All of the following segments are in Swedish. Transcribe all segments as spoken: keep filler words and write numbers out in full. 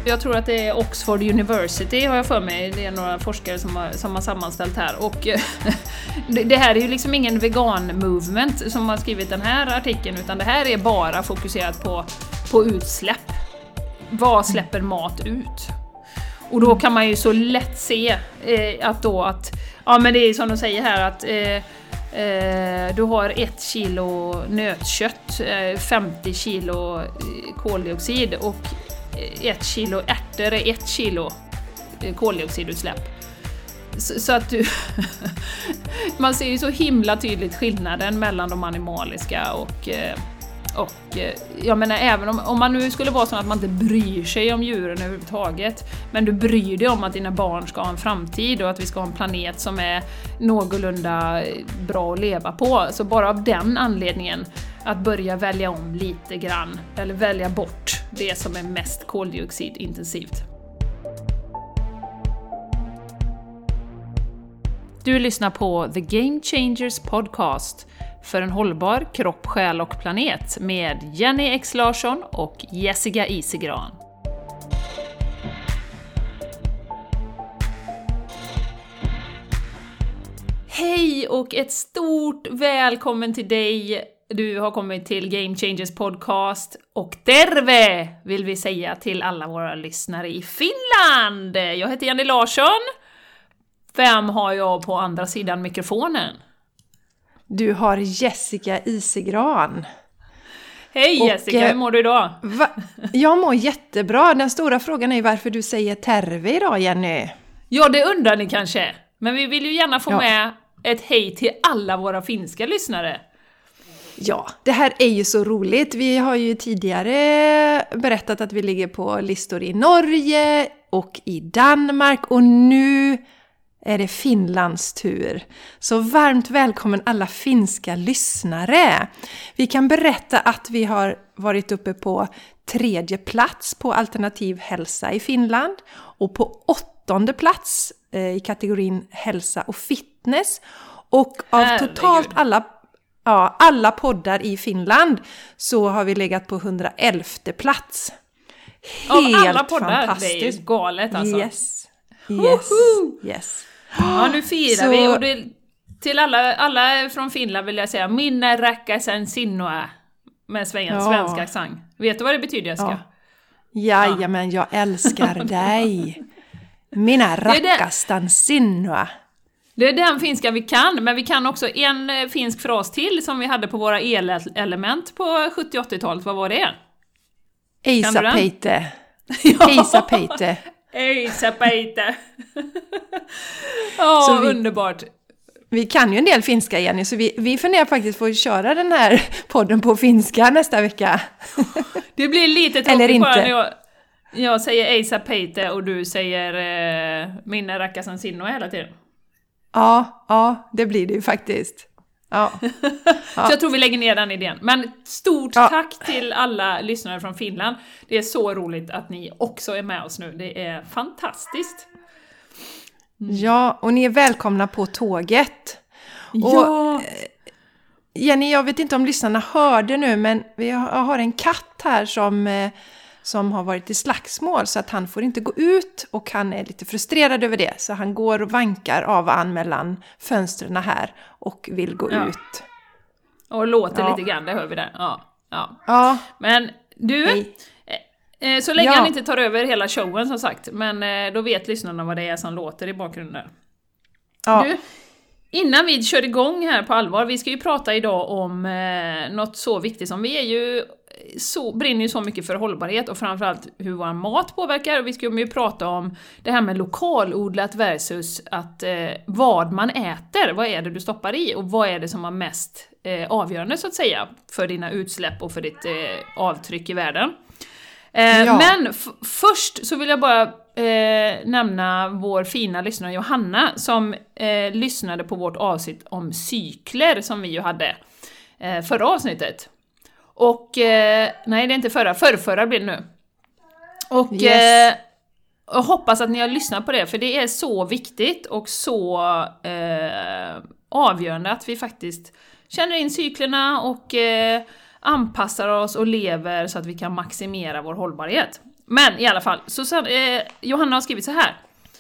Jag tror att det är Oxford University, har jag för mig. Det är några forskare som har, som har sammanställt här. Och det här är ju liksom ingen vegan-movement som har skrivit den här artikeln, utan det här är bara fokuserat på, på utsläpp. Vad släpper mat ut? Och då kan man ju så lätt se eh, att då att, ja men det är som de säger här att eh, eh, du har ett kilo nötkött, eh, femtio kilo koldioxid och ett kilo ärtor är ett kilo koldioxidutsläpp. Så, så att du man ser ju så himla tydligt skillnaden mellan de animaliska och och jag menar även om, om man nu skulle vara så att man inte bryr sig om djuren överhuvudtaget, men du bryr dig om att dina barn ska ha en framtid och att vi ska ha en planet som är någorlunda bra att leva på, så bara av den anledningen att börja välja om lite grann eller välja bort det som är mest koldioxidintensivt. Du lyssnar på The Game Changers podcast för en hållbar kropp, själ och planet med Jenny X Larsson och Jessica Isegran. Hej och ett stort välkommen till dig. Du har kommit till Game Changers podcast och terve vill vi säga till alla våra lyssnare i Finland. Jag heter Jenny Larsson. Vem har jag på andra sidan mikrofonen? Du har Jessica Isegran. Hej och, Jessica, hur mår du idag? Va? Jag mår jättebra. Den stora frågan är varför du säger terve idag, Jenny. Ja, det undrar ni kanske. Men vi vill ju gärna få ja. med ett hej till alla våra finska lyssnare. Ja, det här är ju så roligt. Vi har ju tidigare berättat att vi ligger på listor i Norge och i Danmark. Och nu är det Finlands tur. Så varmt välkommen alla finska lyssnare. Vi kan berätta att vi har varit uppe på tredje plats på alternativ hälsa i Finland. Och på åttonde plats eh, i kategorin hälsa och fitness. Och av Herregud. totalt alla, ja, alla poddar i Finland så har vi legat på hundraelfte plats. Helt av alla poddar, fantastiskt. Det är ju galet alltså. Yes, yes, yes. Ja, nu firar så... vi och det, till alla, alla från Finland vill jag säga minne räkkasen sinnoa med svensk, ja. svensk accent. Vet du vad det betyder, Jessica? Ja. Jajamän, jag älskar dig. Mina rackastan sinnoa. Det är den finska vi kan, men vi kan också en finsk fras till som vi hade på våra elelement på sjuttio- och åttiotalet. Vad var det? Eisa peite. Eisa peite. Eisa peite. Ja, oh, underbart. Vi kan ju en del finska, Jenny, så vi, vi funderar faktiskt på att köra den här podden på finska nästa vecka. Det blir lite tråkigt bara när jag, jag säger Eisa peite och du säger eh, minne rackasen sinno hela tiden. Ja, ja, det blir det ju faktiskt. Ja. Så jag tror vi lägger ner den idén. Men stort ja. tack till alla lyssnare från Finland. Det är så roligt att ni också är med oss nu. Det är fantastiskt. Mm. Ja, och ni är välkomna på tåget. Ja. Och, Jenny, jag vet inte om lyssnarna hörde nu, men vi har en katt här som... som har varit i slagsmål så att han får inte gå ut och han är lite frustrerad över det. Så han går och vankar av an mellan fönstren här och vill gå ja. ut. Och låter ja. lite grann, det hör vi där. Ja, ja. ja. Men du, eh, så länge ja. han inte tar över hela showen som sagt, men eh, då vet lyssnarna vad det är som låter i bakgrunden. Ja. Du, innan vi kör igång här på allvar, vi ska ju prata idag om eh, något så viktigt som vi är ju så, brinner ju så mycket för hållbarhet och framförallt hur vår mat påverkar, och vi ska ju prata om det här med lokalodlat versus att eh, vad man äter, vad är det du stoppar i och vad är det som har mest eh, avgörande så att säga för dina utsläpp och för ditt eh, avtryck i världen. Eh, ja. Men f- först så vill jag bara eh, nämna vår fina lyssnare Johanna som eh, lyssnade på vårt avsnitt om cykler som vi ju hade eh, förra avsnittet. Och, eh, nej det är inte förra, förrförra blir det nu. Och yes. eh, jag hoppas att ni har lyssnat på det, för det är så viktigt och så eh, avgörande att vi faktiskt känner in cyklerna och eh, anpassar oss och lever så att vi kan maximera vår hållbarhet. Men i alla fall, så, eh, Johanna har skrivit så här.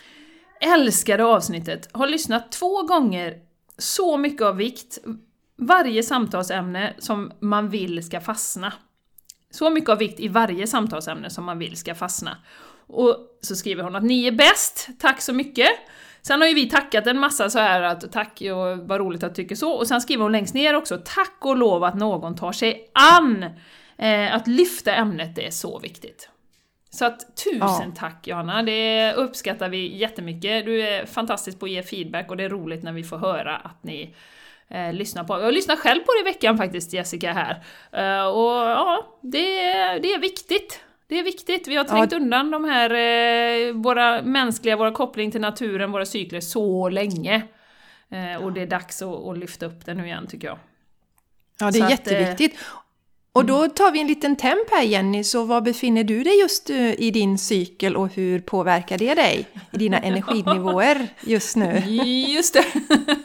Älskade avsnittet, har lyssnat två gånger, så mycket av vikt, varje samtalsämne som man vill ska fastna. Så mycket av vikt i varje samtalsämne som man vill ska fastna. Och så skriver hon att ni är bäst, tack så mycket. Sen har ju vi tackat en massa så här att tack och vad roligt att tycker så. Och sen skriver hon längst ner också, tack och lov att någon tar sig an. Eh, att lyfta ämnet, det är så viktigt. Så att tusen ja. tack Johanna, det uppskattar vi jättemycket. Du är fantastisk på att ge feedback och det är roligt när vi får höra att ni eh, lyssnar på. Jag lyssnar själv på det i veckan faktiskt, Jessica här. Eh, och ja, det, det är viktigt. Det är viktigt. Vi har trängt ja. undan de här eh, våra mänskliga, våra koppling till naturen, våra cykler så länge. Eh, och det är dags att, att lyfta upp det nu igen tycker jag. Ja, det är så jätteviktigt. Att, eh, Och då tar vi en liten temp här Jenny, så var befinner du dig just i din cykel och hur påverkar det dig i dina energinivåer just nu? Just det!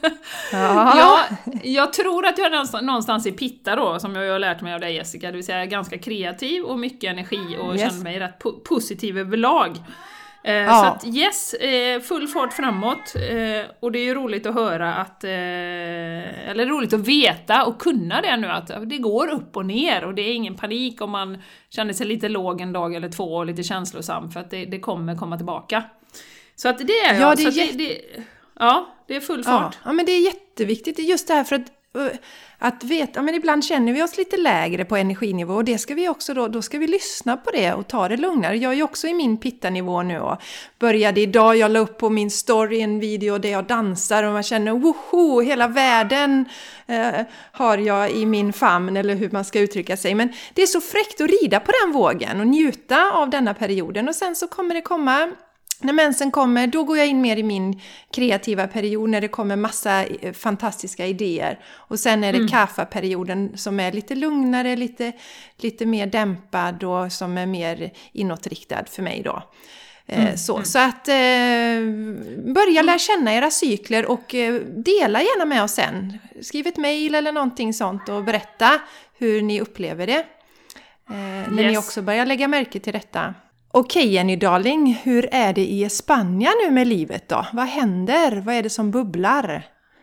Ja. ja, jag tror att jag är någonstans, någonstans i pitta då, som jag har lärt mig av dig Jessica, det vill säga ganska kreativ och mycket energi och yes. känner mig rätt po- positiv överlag. Eh, ja. Så att yes, eh, full fart framåt eh, och det är ju roligt att höra att eh, eller roligt att veta och kunna det nu att det går upp och ner och det är ingen panik om man känner sig lite låg en dag eller två och lite känslosam för att det, det kommer komma tillbaka. Så att det är jag. Ja, det är, så jät- det, det, ja, det är full fart. Ja, ja, men det är jätteviktigt just det här för att Att veta, men ibland känner vi oss lite lägre på energinivå och det ska vi också då, då ska vi lyssna på det och ta det lugnare. Jag är ju också i min pittanivå nu och började idag, jag la upp på min story en video där jag dansar och man känner woho, hela världen eh, har jag i min famn eller hur man ska uttrycka sig. Men det är så fräckt att rida på den vågen och njuta av denna perioden och sen så kommer det komma. När mensen kommer, då går jag in mer i min kreativa period när det kommer massa fantastiska idéer. Och sen är det mm. kaffa-perioden som är lite lugnare, lite, lite mer dämpad och som är mer inåtriktad för mig då. Mm. Eh, så, mm. så att eh, börja lära känna era cykler och eh, dela gärna med oss sen. Skriv ett mejl eller någonting sånt och berätta hur ni upplever det. Eh, när yes. ni också börjar lägga märke till detta. Okej Jenny darling, hur är det i Spanien nu med livet då? Vad händer? Vad är det som bubblar?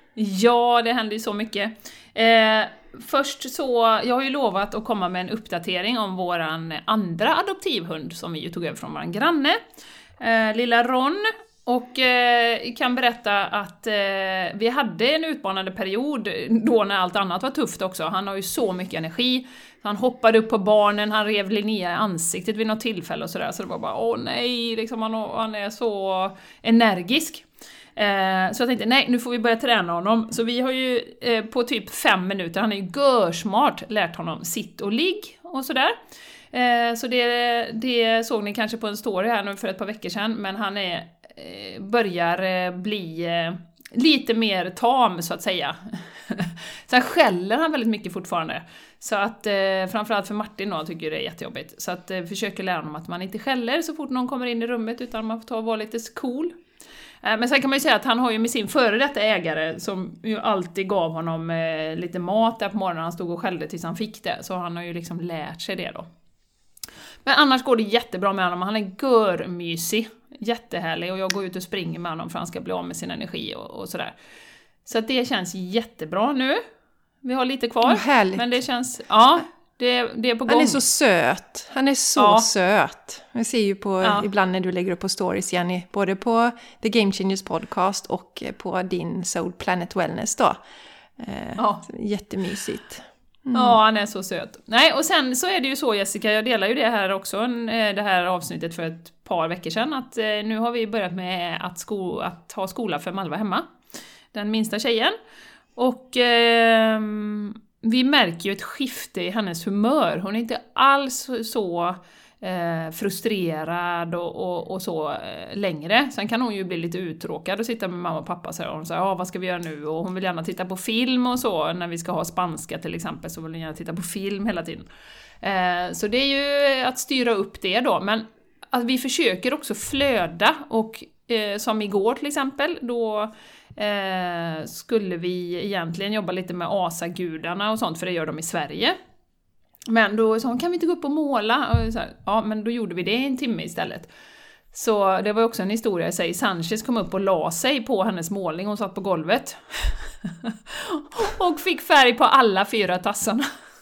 Ja, det händer ju så mycket. Eh, först så, jag har ju lovat att komma med en uppdatering om våran andra adoptivhund som vi ju tog över från våran granne, eh, lilla Ron. Och eh, kan berätta att eh, vi hade en utmanande period då när allt annat var tufft också. Han har ju så mycket energi. Han hoppade upp på barnen, han rev Linnea i ansiktet vid något tillfälle och sådär. Så det var bara, åh nej, liksom, han, han är så energisk. Eh, så jag tänkte, nej, nu får vi börja träna honom. Så vi har ju eh, på typ fem minuter, han är ju görsmart, lärt honom sitt och ligg och sådär. Eh, så det, det såg ni kanske på en story här nu för ett par veckor sedan. Men han är, eh, börjar eh, bli eh, lite mer tam så att säga. Sen skäller han väldigt mycket fortfarande. Så att eh, framförallt för Martin då tycker det är jättejobbigt. Så att eh, försöker lära honom att man inte skäller så fort någon kommer in i rummet utan man får ta och vara lite cool. Eh, men sen kan man ju säga att han har ju med sin före detta ägare som ju alltid gav honom eh, lite mat där på morgonen. Han stod och skällde tills han fick det. Så han har ju liksom lärt sig det då. Men annars går det jättebra med honom. Han är görmysig, jättehärlig och jag går ut och springer med honom för han ska bli av med sin energi och, och sådär. Så att det känns jättebra nu. Vi har lite kvar, härligt. Men det känns, ja, det, det är på gång. Han är så söt, han är så ja. söt. Jag ser ju på, ja. ibland när du lägger upp på stories, Jenny, både på The Game Changers podcast och på din Soul Planet Wellness då. Eh, ja. Jättemysigt. Mm. Ja, han är så söt. Nej, och sen så är det ju så, Jessica, jag delar ju det här också, det här avsnittet för ett par veckor sedan, att nu har vi börjat med att, sko- att ha skola för Malva hemma. Den minsta tjejen. Och eh, vi märker ju ett skifte i hennes humör. Hon är inte alls så eh, frustrerad och, och, och så eh, längre. Sen kan hon ju bli lite uttråkad och sitta med mamma och pappa. Så och hon säger, ja, vad ska vi göra nu? Och hon vill gärna titta på film och så. När vi ska ha spanska till exempel så vill hon gärna titta på film hela tiden. Eh, så det är ju att styra upp det då. Men att vi försöker också flöda och eh, som igår till exempel då Eh, skulle vi egentligen jobba lite med asagudarna och sånt, för det gör de i Sverige. Men då sa hon, kan vi inte gå upp och måla? Och så här, ja, men då gjorde vi det en timme istället. Så det var också en historia i sig. Sanchez kom upp och la sig på hennes målning. Hon satt på golvet. Och fick färg på alla fyra tassarna.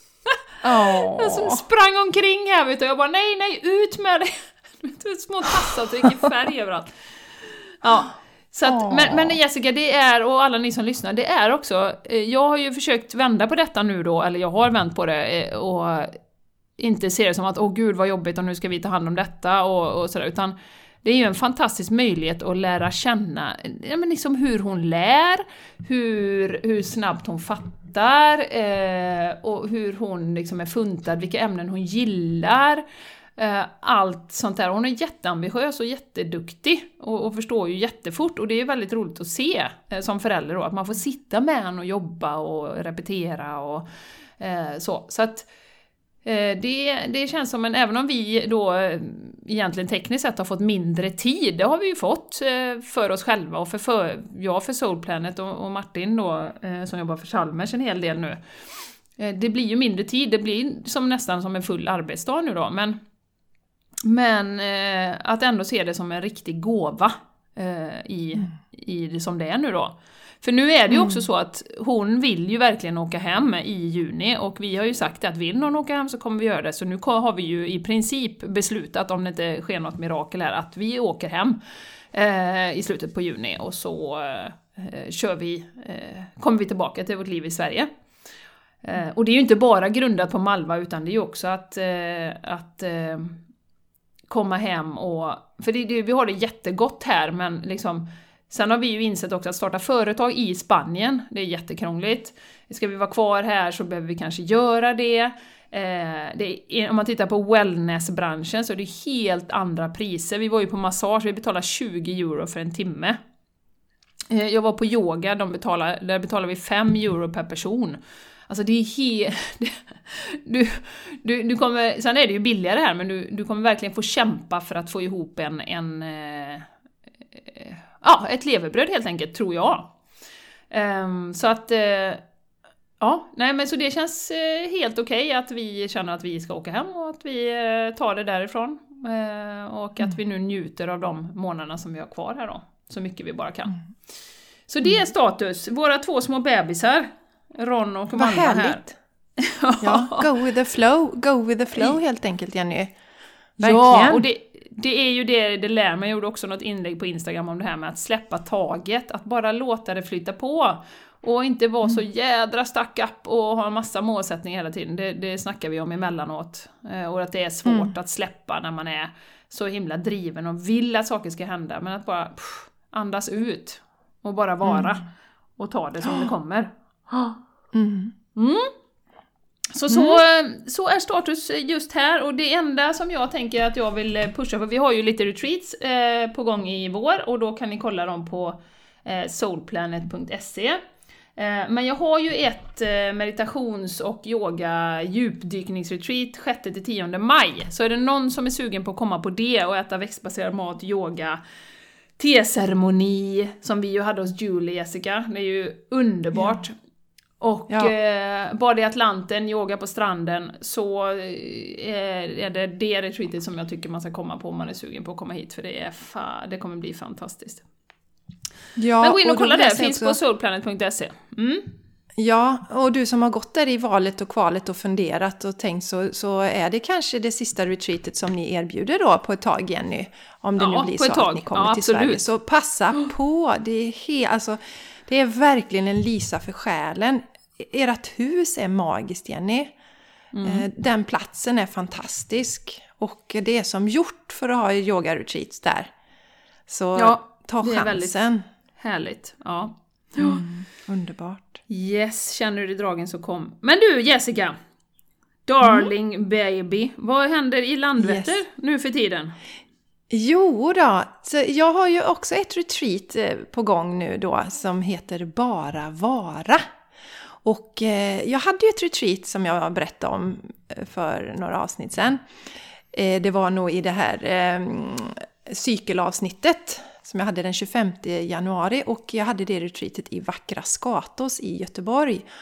Oh. Jag sprang omkring här, vet du. Jag bara, nej, nej, ut med det. Små tassar så gick färg överallt. Ja. Så att, oh. men, men Jessica, det är, och alla ni som lyssnar, det är också, jag har ju försökt vända på detta nu då, eller jag har vänt på det och inte ser det som att, åh gud vad jobbigt och nu ska vi ta hand om detta och, och sådär, utan det är ju en fantastisk möjlighet att lära känna, ja, men liksom hur hon lär, hur, hur snabbt hon fattar eh, och hur hon liksom är funtad, vilka ämnen hon gillar. Allt sånt där. Hon är jätteambitiös och jätteduktig och, och förstår ju jättefort, och det är väldigt roligt att se eh, som förälder då, att man får sitta med henne och jobba och repetera och eh, så. Så att eh, det, det känns som en, även om vi då eh, egentligen tekniskt sett har fått mindre tid, det har vi ju fått eh, för oss själva och för, för jag för Soul Planet och, och Martin då eh, som jobbar för Chalmers en hel del nu. Eh, det blir ju mindre tid, det blir som nästan som en full arbetsdag nu då, men Men eh, att ändå se det som en riktig gåva eh, i, mm. i det som det är nu då. För nu är det ju också mm. så att hon vill ju verkligen åka hem i juni. Och vi har ju sagt att vill någon åka hem så kommer vi göra det. Så nu har vi ju i princip beslutat, om det inte sker något mirakel här, att vi åker hem eh, i slutet på juni. Och så eh, kör vi, eh, kommer vi tillbaka till vårt liv i Sverige. Eh, och det är ju inte bara grundat på Malva, utan det är ju också att... Eh, att eh, komma hem och, för det, det, vi har det jättegott här, men liksom, sen har vi ju insett också att starta företag i Spanien, det är jättekrångligt. Ska vi vara kvar här så behöver vi kanske göra det. Eh, det är, om man tittar på wellnessbranschen så är det helt andra priser. Vi var ju på massage, vi betalar tjugo euro för en timme. Eh, jag var på yoga, de betalar, där betalar vi fem euro per person. Alltså det är helt... Du, du, du kommer, sen är det ju billigare här, men du, du kommer verkligen få kämpa för att få ihop en... en eh, ja, ett levebröd helt enkelt, tror jag. Um, så att... Eh, ja, nej men så det känns eh, helt okej att vi känner att vi ska åka hem och att vi eh, tar det därifrån. Eh, och att vi nu njuter av de månaderna som vi har kvar här då. Så mycket vi bara kan. Mm. Så det är status. Våra två små bebisar. Ron och Amanda här. Vad härligt. Ja, go with the flow. Go with the flow helt enkelt, Jenny. Verkligen. Ja, och det, det är ju det det lär mig. Jag gjorde också något inlägg på Instagram om det här med att släppa taget. Att bara låta det flytta på. Och inte vara så jädra stack upp och ha en massa målsättningar hela tiden. Det, det snackar vi om emellanåt. Och att det är svårt mm. att släppa när man är så himla driven och vill att saker ska hända. Men att bara pff, andas ut och bara vara. Mm. Och ta det som det kommer. Mm. Mm. Så, så, mm. så är status just här. Och det enda som jag tänker att jag vill pusha för, vi har ju lite retreats eh, på gång i vår, och då kan ni kolla dem på eh, soulplanet punkt se. eh, Men jag har ju ett eh, meditations- och yoga djupdykningsretreat sjätte till tionde maj. Så är det någon som är sugen på att komma på det och äta växtbaserad mat, yoga, teceremoni som vi ju hade hos Julie, Jessica, det är ju underbart. Ja. Och ja. eh, bad i Atlanten, yoga på stranden, så eh, är det det retreatet som jag tycker man ska komma på om man är sugen på att komma hit, för det är fa- det kommer bli fantastiskt. Ja, men gå in och, och kolla det, finns också på soulplanet punkt se. Mm. Ja, och du som har gått där i valet och kvalet och funderat och tänkt, så, så är det kanske det sista retreatet som ni erbjuder då på ett tag, Jenny. Om det ja, nu blir så att ni kommer ja, till Sverige. Så passa på, det är, he- alltså, det är verkligen en lisa för själen. Ert hus är magiskt, Jenny. Mm. Den platsen är fantastisk. Och det är som gjort för att ha yoga-retreats där. Så ja, ta chansen. Det är väldigt härligt, ja. Mm, underbart. Yes, känner du dig dragen så kom. Men du, Jessica. Darling mm. baby. Vad händer i Landvetter yes. nu för tiden? Jo då, så jag har ju också ett retreat på gång nu då som heter Bara Vara. Och eh, jag hade ju ett retreat som jag berättade om för några avsnitt sedan. Eh, det var nog i det här eh, cykelavsnittet som jag hade den tjugofemte januari. Och jag hade det retreatet i vackra Skatos i Göteborg.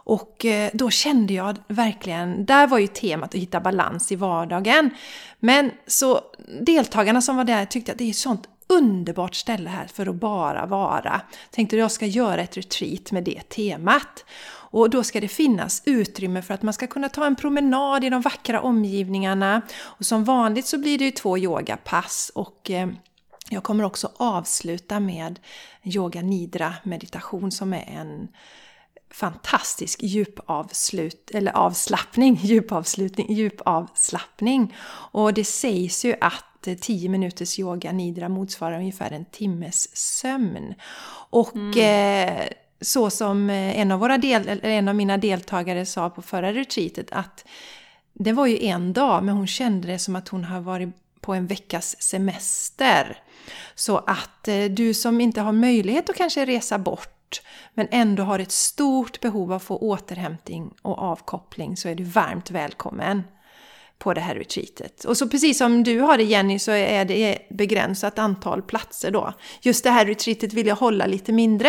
Och då kände jag verkligen, där var ju temat att hitta balans i vardagen. Men så deltagarna som var där tyckte att det är ett sånt underbart ställe här för att bara vara. Tänkte att jag ska göra ett retreat med det temat. Och då ska det finnas utrymme för att man ska kunna ta en promenad i de vackra omgivningarna. Och som vanligt så blir det ju två yogapass och eh, jag kommer också avsluta med yoga nidra meditation som är en fantastisk djupavslut eller avslappning, djupavslutning, djupavslappning. Och det sägs ju att tio minuters yoga nidra motsvarar ungefär en timmes sömn. Och mm. eh, så som en av, våra del, eller en av mina deltagare sa på förra retreatet, att det var ju en dag men hon kände det som att hon har varit på en veckas semester. Så att eh, du som inte har möjlighet att kanske resa bort men ändå har ett stort behov av att få återhämtning och avkoppling, så är du varmt välkommen på det här retreatet. Och så precis som du har det, Jenny, så är det begränsat antal platser då. Just det här retreatet vill jag hålla lite mindre.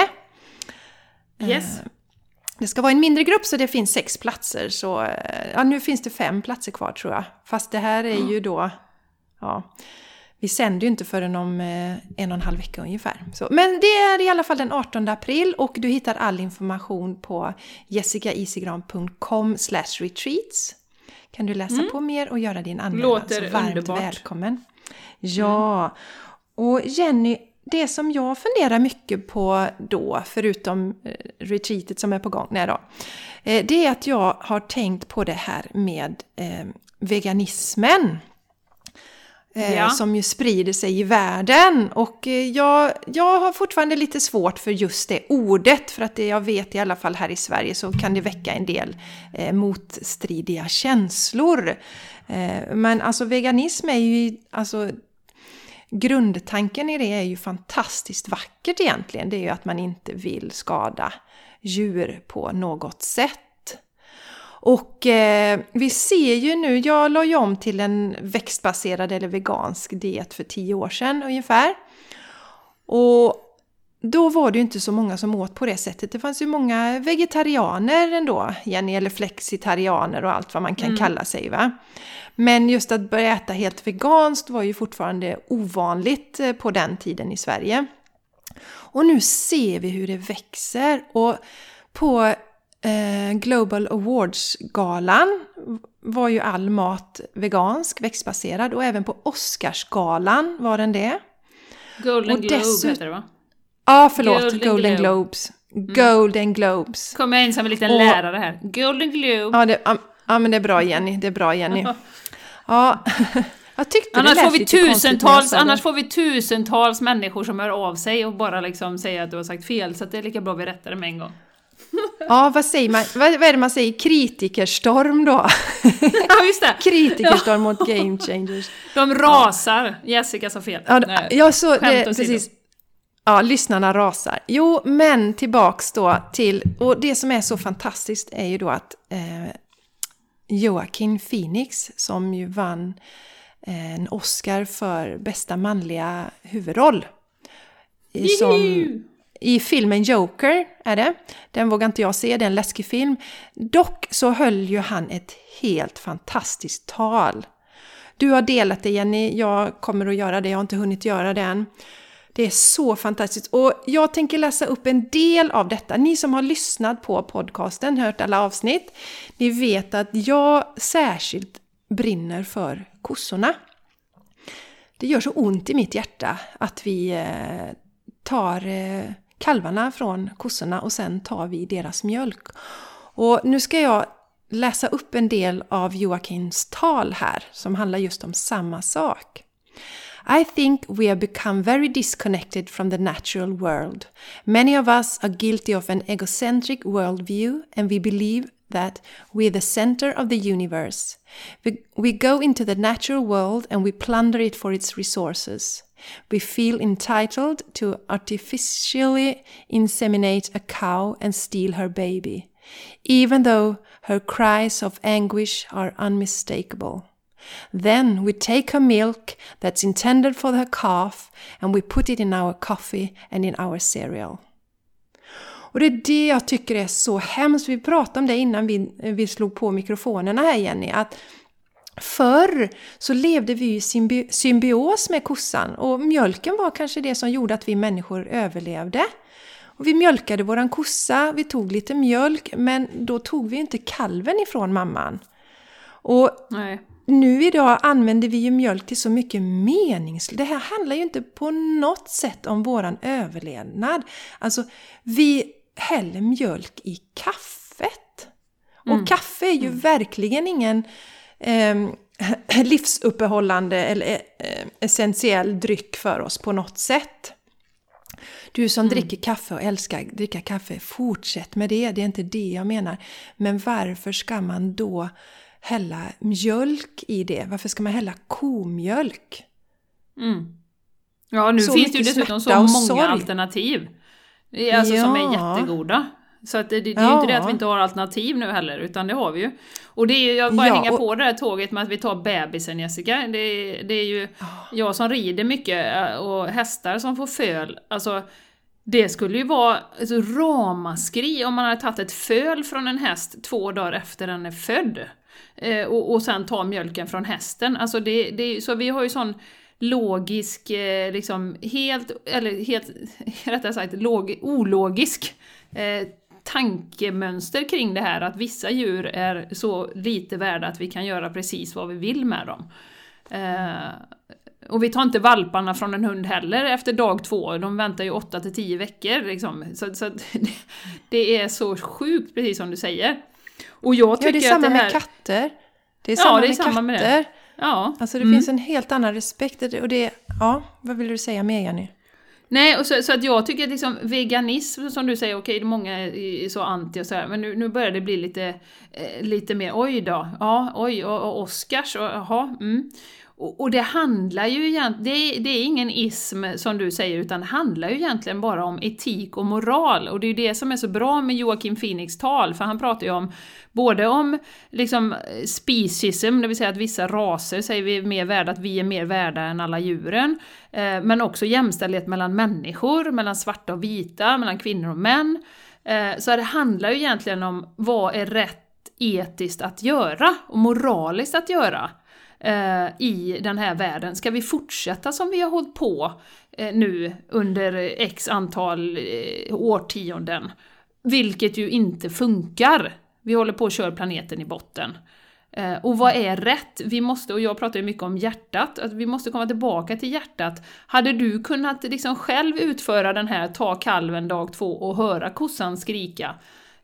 Yes. Det ska vara en mindre grupp, så det finns sex platser. Så ja, nu finns det fem platser kvar tror jag. Fast det här är ju då... Ja, vi sänder ju inte förrän om en och en halv vecka ungefär. Så, men det är i alla fall den artonde april och du hittar all information på jessicaisigran punkt com slash retreats. Kan du läsa mm. på mer och göra din anmälan. Låter så varmt underbart. Välkommen. Ja, mm. och Jenny, det som jag funderar mycket på då, förutom retreatet som är på gång, nej då, det är att jag har tänkt på det här med eh, veganismen. Ja. Som ju sprider sig i världen, och jag, jag har fortfarande lite svårt för just det ordet, för att det jag vet i alla fall här i Sverige så kan det väcka en del eh, motstridiga känslor. Eh, men alltså veganism är ju, alltså grundtanken i det är ju fantastiskt vackert egentligen. Det är ju att man inte vill skada djur på något sätt. Och eh, vi ser ju nu, jag la ju om till en växtbaserad eller vegansk diet för tio år sedan ungefär. Och då var det ju inte så många som åt på det sättet. Det fanns ju många vegetarianer ändå, Jenny, eller flexitarianer och allt vad man kan mm. kalla sig, va? Men just att börja äta helt veganskt var ju fortfarande ovanligt på den tiden i Sverige. Och nu ser vi hur det växer, och på Eh, Global Awards-galan var ju all mat vegansk, växtbaserad, och även på Oscarsgalan var den det. Golden Globe dessut- heter det, va? Ja, ah, förlåt. Golden, Golden Globe. Globes. Mm. Golden Globes. Kommer jag in som en liten och, lärare här. Golden Globe. Ja, det, ja, ja, men det är bra, Jenny. Det är bra, Jenny. Ja, jag tyckte annars det får vi tusentals, annars det. får vi tusentals människor som hör av sig och bara liksom säger att du har sagt fel, så att det är lika bra vi rättar det med en gång. Ja, vad säger man? Vad, vad är det man säger? Kritikerstorm då? Ja, just det. Kritikerstorm ja. Mot game changers. De rasar. Ja. Jessica sa fel. Ja, Nej. ja så det, precis. Ja, lyssnarna rasar. Jo, men tillbaks då till, och det som är så fantastiskt är ju då att eh, Joaquin Phoenix, som ju vann eh, en Oscar för bästa manliga huvudroll. Som... I filmen Joker är det. Den vågar inte jag se, det är en läskig film. Dock så höll ju han ett helt fantastiskt tal. Du har delat det, Jenny, jag kommer att göra det, jag har inte hunnit göra det än. Det är så fantastiskt, och jag tänker läsa upp en del av detta. Ni som har lyssnat på podcasten, hört alla avsnitt, ni vet att jag särskilt brinner för kossorna. Det gör så ont i mitt hjärta att vi eh, tar... Eh, kalvarna från kossorna och sen tar vi deras mjölk. Och nu ska jag läsa upp en del av Joaquins tal här som handlar just om samma sak. I think we have become very disconnected from the natural world. Many of us are guilty of an egocentric worldview, and we believe that we are the center of the universe. We, we go into the natural world and we plunder it for its resources. We feel entitled to artificially inseminate a cow and steal her baby, even though her cries of anguish are unmistakable. Then we take her milk that's intended for her calf and we put it in our coffee and in our cereal. Och det är det jag tycker är så hemskt. Vi pratade om det innan vi, vi slog på mikrofonerna här, Jenny. Att förr så levde vi i symbi- symbios med kossan. Och mjölken var kanske det som gjorde att vi människor överlevde. Och vi mjölkade våran kossa, vi tog lite mjölk. Men då tog vi inte kalven ifrån mamman. Och Nej. Nu idag använder vi ju mjölk till så mycket meningslöst. Det här handlar ju inte på något sätt om våran överlevnad. Alltså, vi häller mjölk i kaffet. Och Mm. kaffe är ju mm. verkligen ingen eh, livsuppehållande eller eh, essentiell dryck för oss på något sätt. Du som mm. dricker kaffe och älskar att dricka kaffe, fortsätt med det. Det är inte det jag menar. Men varför ska man då hälla mjölk i det? Varför ska man hälla komjölk? Mm. Ja, nu så finns det ju dessutom så många sorg. alternativ. Alltså ja. som är jättegoda. Så att det, det, det är ju ja. inte det att vi inte har alternativ nu heller, utan det har vi ju. Och det är ju, jag bara ja, hänga och... på det här tåget med att vi tar bebisen, Jessica. Det, det är ju oh. jag som rider mycket och hästar som får föl. Alltså, det skulle ju vara alltså, ramaskri om man hade tagit ett föl från en häst två dagar efter den är född. Eh, och, och sen ta mjölken från hästen. Alltså det, det, så vi har ju sån logisk, eh, liksom helt, eller helt, rättare sagt, log, ologisk eh, tankemönster kring det här. Att vissa djur är så lite värda att vi kan göra precis vad vi vill med dem. Eh, och vi tar inte valparna från en hund heller efter dag två. De väntar ju åtta till tio veckor. Liksom. Så, så det, det är så sjukt, precis som du säger. Och jag tycker ja, det är samma att det här... med katter. Det är samma ja, det är med samma katter. Med det. Ja. Alltså det mm. finns en helt annan respekt. Och det, ja, vad vill du säga mer, Jenny? Nej, och så, så att jag tycker att liksom veganism, som du säger, okej, okay, många är så anti och så här, men nu, nu börjar det bli lite, eh, lite mer, oj då, ja, oj, och, och Oscars, och jaha, mm. Och, och det handlar ju egentligen, det, det är ingen ism som du säger, utan det handlar ju egentligen bara om etik och moral. Och det är ju det som är så bra med Joaquin Phoenix tal, för han pratar ju om både om liksom speciesism, det vill säga att vissa raser säger vi är mer värda, att vi är mer värda än alla djuren, eh, men också jämställdhet mellan människor, mellan svarta och vita, mellan kvinnor och män. Eh, så det handlar ju egentligen om vad är rätt etiskt att göra och moraliskt att göra i den här världen. Ska vi fortsätta som vi har hållit på nu under x antal årtionden? Vilket ju inte funkar. Vi håller på att köra planeten i botten. Och vad är rätt? Vi måste, och jag pratar ju mycket om hjärtat, att vi måste komma tillbaka till hjärtat. Hade du kunnat liksom själv utföra den här, ta kalven dag två och höra kossan skrika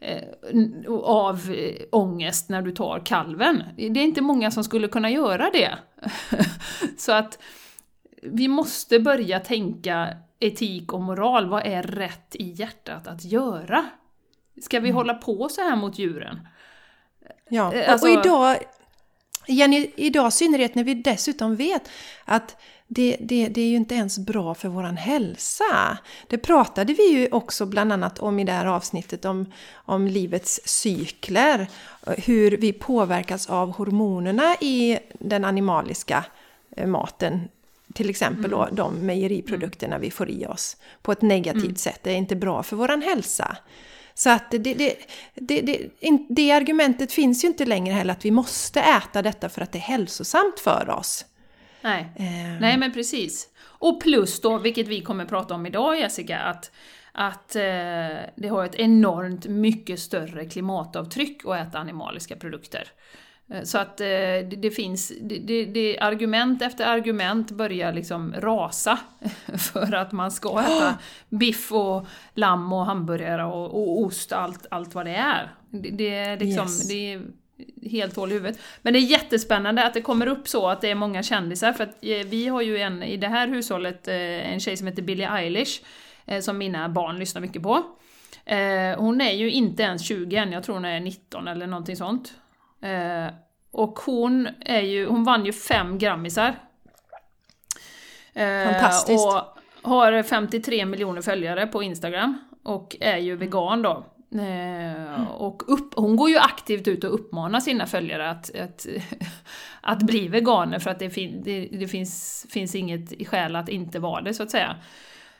av ångest när du tar kalven? Det är inte många som skulle kunna göra det. Så att vi måste börja tänka etik och moral. Vad är rätt i hjärtat att göra? Ska vi mm. hålla på så här mot djuren? Ja, alltså... och idag, Jenny, idag synnerhet när vi dessutom vet att Det, det, det är ju inte ens bra för våran hälsa. Det pratade vi ju också bland annat om i det här avsnittet om, om livets cykler. Hur vi påverkas av hormonerna i den animaliska maten. Till exempel då, de mejeriprodukterna vi får i oss på ett negativt mm. sätt. Det är inte bra för våran hälsa. Så att det, det, det, det, det argumentet finns ju inte längre heller att vi måste äta detta för att det är hälsosamt för oss. Nej. Eh. Nej, men precis. Och plus då, vilket vi kommer att prata om idag, Jessica, att, att eh, det har ett enormt mycket större klimatavtryck att äta animaliska produkter. Eh, så att eh, det, det finns, det, det, det, argument efter argument börjar liksom rasa för att man ska äta biff och lamm och hamburgare och, och ost och allt, allt vad det är. Det, det, liksom, yes. det är helt hål i huvudet. Men det är jättespännande att det kommer upp så att det är många kändisar, för att vi har ju en i det här hushållet en tjej som heter Billie Eilish som mina barn lyssnar mycket på. Hon är ju inte ens tjugo än, jag tror hon är nitton eller någonting sånt. Och hon är ju, hon vann ju fem grammisar. Fantastiskt. Och har femtiotre miljoner följare på Instagram och är ju vegan då. Mm. Och upp, hon går ju aktivt ut och uppmanar sina följare att, att, att bli veganer, för att det, fin, det, det finns, finns inget i skäl att inte vara det, så att säga.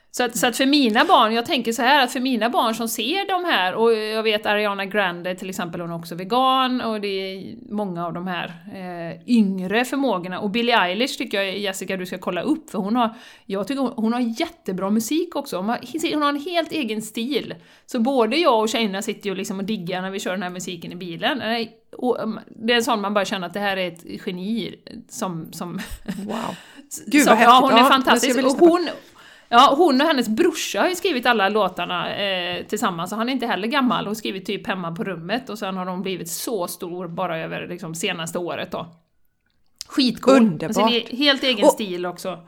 Så att, så att för mina barn, jag tänker så här, att för mina barn som ser de här, och jag vet Ariana Grande till exempel, hon är också vegan, och det är många av de här eh, yngre förmågorna, och Billie Eilish tycker jag, Jessica, du ska kolla upp, för hon har, jag tycker hon, hon har jättebra musik också, hon har, hon har en helt egen stil, så både jag och tjejerna sitter ju liksom och diggar när vi kör den här musiken i bilen, och det är en sån man bara känner att det här är ett geni som, som wow. Gud, som, vad häftigt. ja, hon är ja, fantastisk, och hon Ja, hon och hennes brorsa har ju skrivit alla låtarna eh, tillsammans, så han är inte heller gammal. Hon har skrivit typ hemma på rummet, och sen har de blivit så stor bara över liksom, senaste året då. Skitcool. Underbart. Alltså, helt egen och, stil också.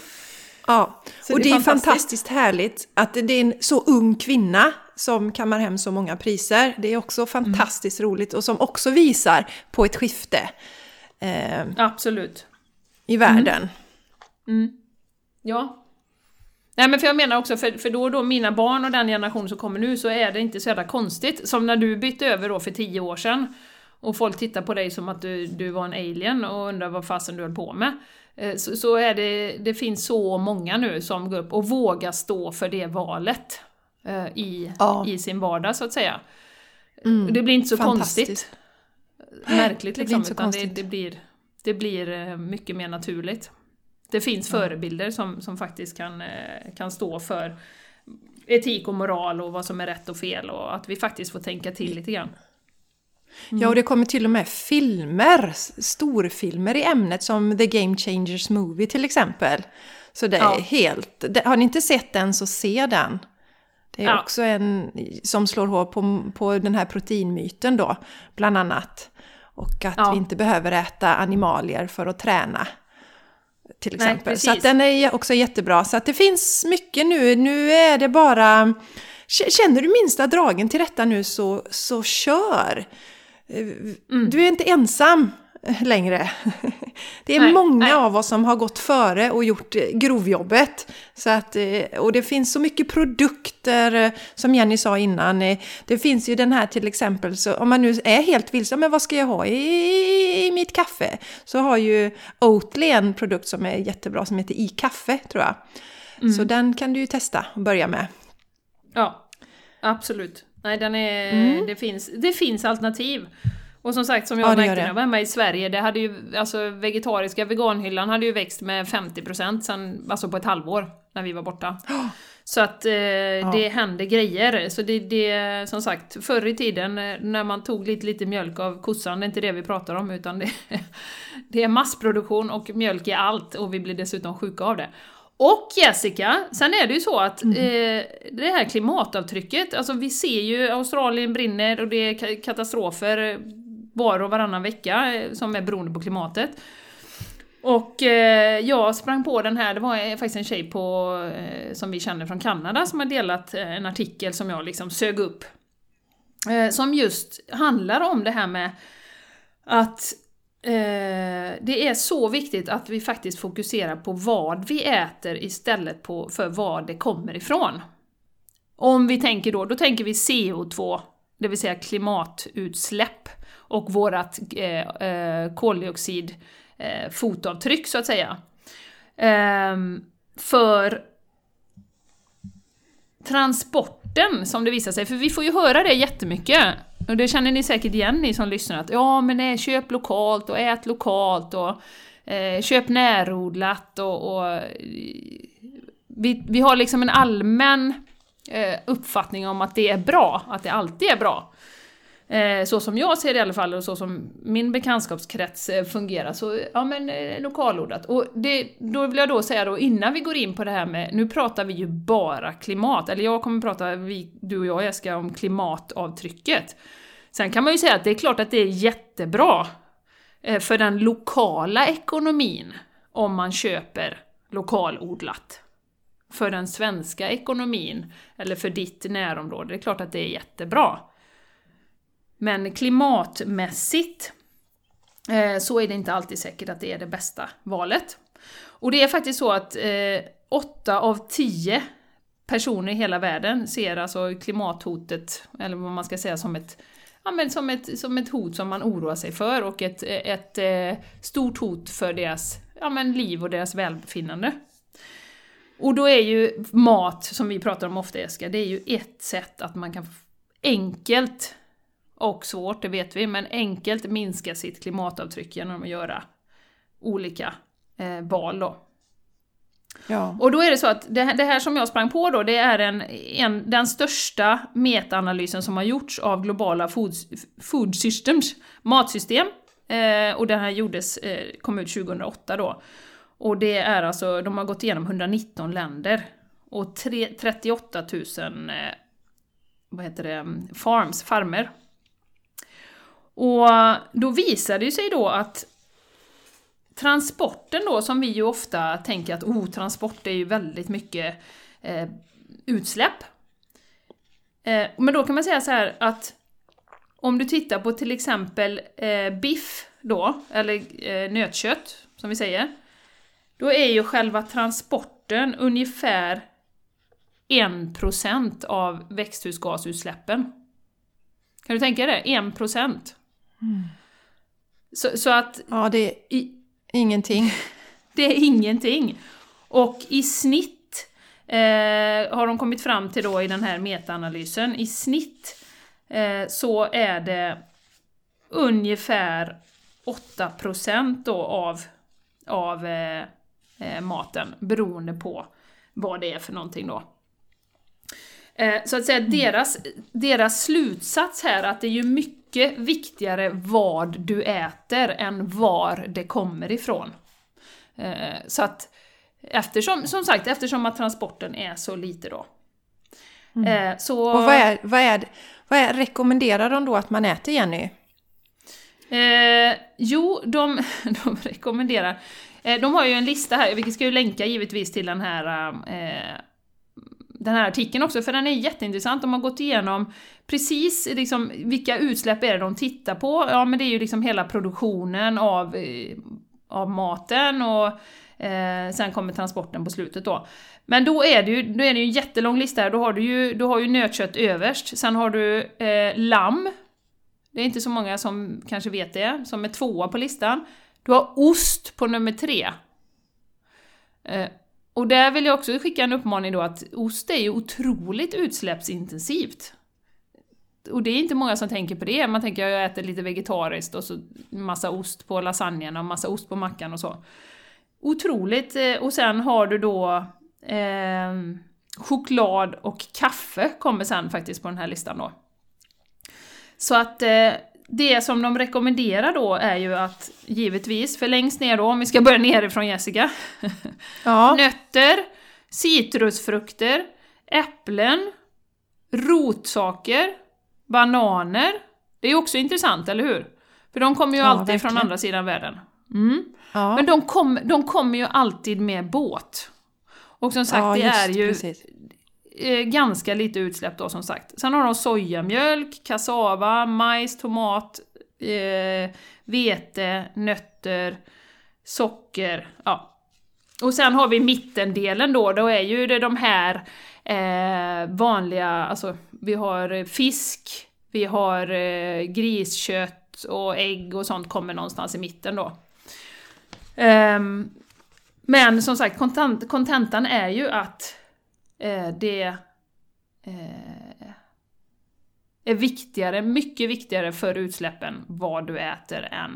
Ja, så och det är, det är fantastiskt. fantastiskt härligt att det är en så ung kvinna som kammar hem så många priser. Det är också fantastiskt mm. roligt, och som också visar på ett skifte eh, Absolut. i världen. Mm. Mm. Ja. Nej, men för jag menar också, för, för då och då mina barn och den generation som kommer nu, så är det inte så jävla konstigt. Som när du bytte över då för tio år sedan, och folk tittar på dig som att du, du var en alien och undrar vad fasen du höll på med. Så, så är det, det finns så många nu som går upp och vågar stå för det valet eh, i, ja. i sin vardag, så att säga. Mm. Det blir inte så konstigt. Märkligt liksom, det utan det, det, blir, det blir mycket mer naturligt. Det finns förebilder som, som faktiskt kan, kan stå för etik och moral och vad som är rätt och fel, och att vi faktiskt får tänka till lite grann. Mm. Ja, och det kommer till och med filmer, storfilmer i ämnet, som The Game Changers Movie till exempel. Så det är ja. helt... Det, har ni inte sett den, så se den. Det är ja. också en som slår hål på, på den här proteinmyten då, bland annat. Och att ja. vi inte behöver äta animalier för att träna. Till exempel. Nej, så att den är också jättebra. Så att det finns mycket nu. Nu är det bara... Känner du minsta dragen till detta nu, så, så kör. Mm. Du är inte ensam längre. Det är nej, många nej. av oss som har gått före och gjort grovjobbet. Så att, och det finns så mycket produkter, som Jenny sa innan. Det finns ju den här till exempel, så om man nu är helt vilse, men vad ska jag ha i, i mitt kaffe? Så har ju Oatly en produkt som är jättebra, som heter i kaffe, tror jag. Mm. Så den kan du ju testa och börja med. Ja, absolut. Nej, den är, mm. det, finns, det finns alternativ. Och som sagt, som jag ja, märkte när jag var hemma i Sverige, det hade ju, alltså vegetariska veganhyllan hade ju växt med femtio procent sen, alltså på ett halvår när vi var borta. Oh. Så att eh, ja. det händer grejer. Så det, det, som sagt, förr i tiden när man tog lite, lite mjölk av kossan, det är inte det vi pratar om, utan det, det är massproduktion och mjölk i allt, och vi blir dessutom sjuka av det. Och Jessica, sen är det ju så att mm. eh, det här klimatavtrycket, alltså vi ser ju Australien brinner och det är katastrofer var och varannan vecka eh, som är beroende på klimatet. Och eh, jag sprang på den här, det var faktiskt en tjej på, eh, som vi känner från Kanada, som har delat eh, en artikel som jag liksom sög upp. Eh, som just handlar om det här med att Eh, det är så viktigt att vi faktiskt fokuserar på vad vi äter istället på, för var det kommer ifrån. Om vi tänker då, då tänker vi C O två, det vill säga klimatutsläpp, och vårat eh, eh, koldioxid eh, fotavtryck så att säga. Eh, för transporten, som det visar sig, för vi får ju höra det jättemycket. Och det känner ni säkert igen, ni som lyssnar, att ja, men nej, köp lokalt och ät lokalt och eh, köp närodlat och, och vi, vi har liksom en allmän eh, uppfattning om att det är bra, att det alltid är bra. Eh, så som jag ser det i alla fall, och så som min bekantskapskrets eh, fungerar, så ja, men eh, lokalodlat. Och det, då vill jag då säga då, innan vi går in på det här med, nu pratar vi ju bara klimat, eller jag kommer prata, vi, du och jag Jessica, om klimatavtrycket. Sen kan man ju säga att det är klart att det är jättebra eh, för den lokala ekonomin om man köper lokalodlat. För den svenska ekonomin, eller för ditt närområde, det är klart att det är jättebra. Men klimatmässigt eh, så är det inte alltid säkert att det är det bästa valet. Och det är faktiskt så att eh, åtta av tio personer i hela världen ser alltså klimathotet, eller vad man ska säga, som ett, ja, men som ett, som ett hot som man oroar sig för, och ett, ett, ett stort hot för deras, ja, men liv och deras välbefinnande. Och då är ju mat, som vi pratar om ofta, Jessica, det är ju ett sätt att man kan enkelt, och svårt, det vet vi, men enkelt minska sitt klimatavtryck genom att göra olika eh, val då. Ja. Och då är det så att det, det här som jag sprang på då, det är en, en, den största metaanalysen som har gjorts av globala food, food systems, matsystem. Eh, och den här gjordes, eh, kom ut tjugohundraåtta då. Och det är alltså, de har gått igenom hundranitton länder och tre, trettioåtta tusen eh, vad heter det, farms, farmer. Och då visar det sig då att transporten då, som vi ju ofta tänker att oh, transport är ju väldigt mycket eh, utsläpp. Eh, men då kan man säga så här att om du tittar på till exempel eh, biff då, eller eh, nötkött som vi säger, då är ju själva transporten ungefär en procent av växthusgasutsläppen. Kan du tänka dig det? en procent. Mm. Så, så att... Ja, det är i, ingenting. Det är ingenting. Och i snitt eh, har de kommit fram till då i den här metaanalysen, i snitt eh, så är det ungefär åtta procent då av, av eh, eh, maten, beroende på vad det är för någonting då. Eh, så att säga, mm. deras, deras slutsats här att det är ju mycket viktigare vad du äter än var det kommer ifrån. Eh, så att eftersom, som sagt, eftersom att transporten är så lite då. Mm. Eh, så, och vad är, vad är, vad är, rekommenderar de då att man äter, Jenny? Eh, jo, de, de rekommenderar. Eh, de har ju en lista här, vi ska ju länka givetvis till den här eh, den här artikeln också, för den är jätteintressant. De har gått igenom precis liksom, vilka utsläpp är det de tittar på. Ja, men det är ju liksom hela produktionen av, av maten och eh, sen kommer transporten på slutet då. Men då är det ju, då är det ju en jättelång lista här. Då har du ju, du har ju nötkött överst. Sen har du eh, lamm. Det är inte så många som kanske vet det, som är tvåa på listan. Du har ost på nummer tre. Eh, Och där vill jag också skicka en uppmaning då att ost är ju otroligt utsläppsintensivt. Och det är inte många som tänker på det. Man tänker att jag äter lite vegetariskt och så massa ost på lasagnen och massa ost på mackan och så. Otroligt. Och sen har du då eh, choklad och kaffe kommer sen faktiskt på den här listan då. Så att eh, det som de rekommenderar då är ju att givetvis, för längst ner då, om vi ska börja nerifrån Jessica, ja. Nötter, citrusfrukter, äpplen, rotsaker, bananer. Det är ju också intressant, eller hur? För de kommer ju ja, alltid verkligen. Från andra sidan världen. Mm. Ja. Men de, kom, de kommer ju alltid med båt. Och som sagt, ja, det är ju precis. Ganska lite utsläpp då som sagt. Sen har de sojamjölk, kassava, majs, tomat, eh, vete, nötter, socker. Ja. Och sen har vi mittendelen då. Då är ju det de här eh, vanliga, alltså vi har fisk, vi har eh, griskött och ägg och sånt kommer någonstans i mitten då. Um, men som sagt, kontent, kontentan är ju att eh, det eh, är viktigare, mycket viktigare för utsläppen vad du äter än,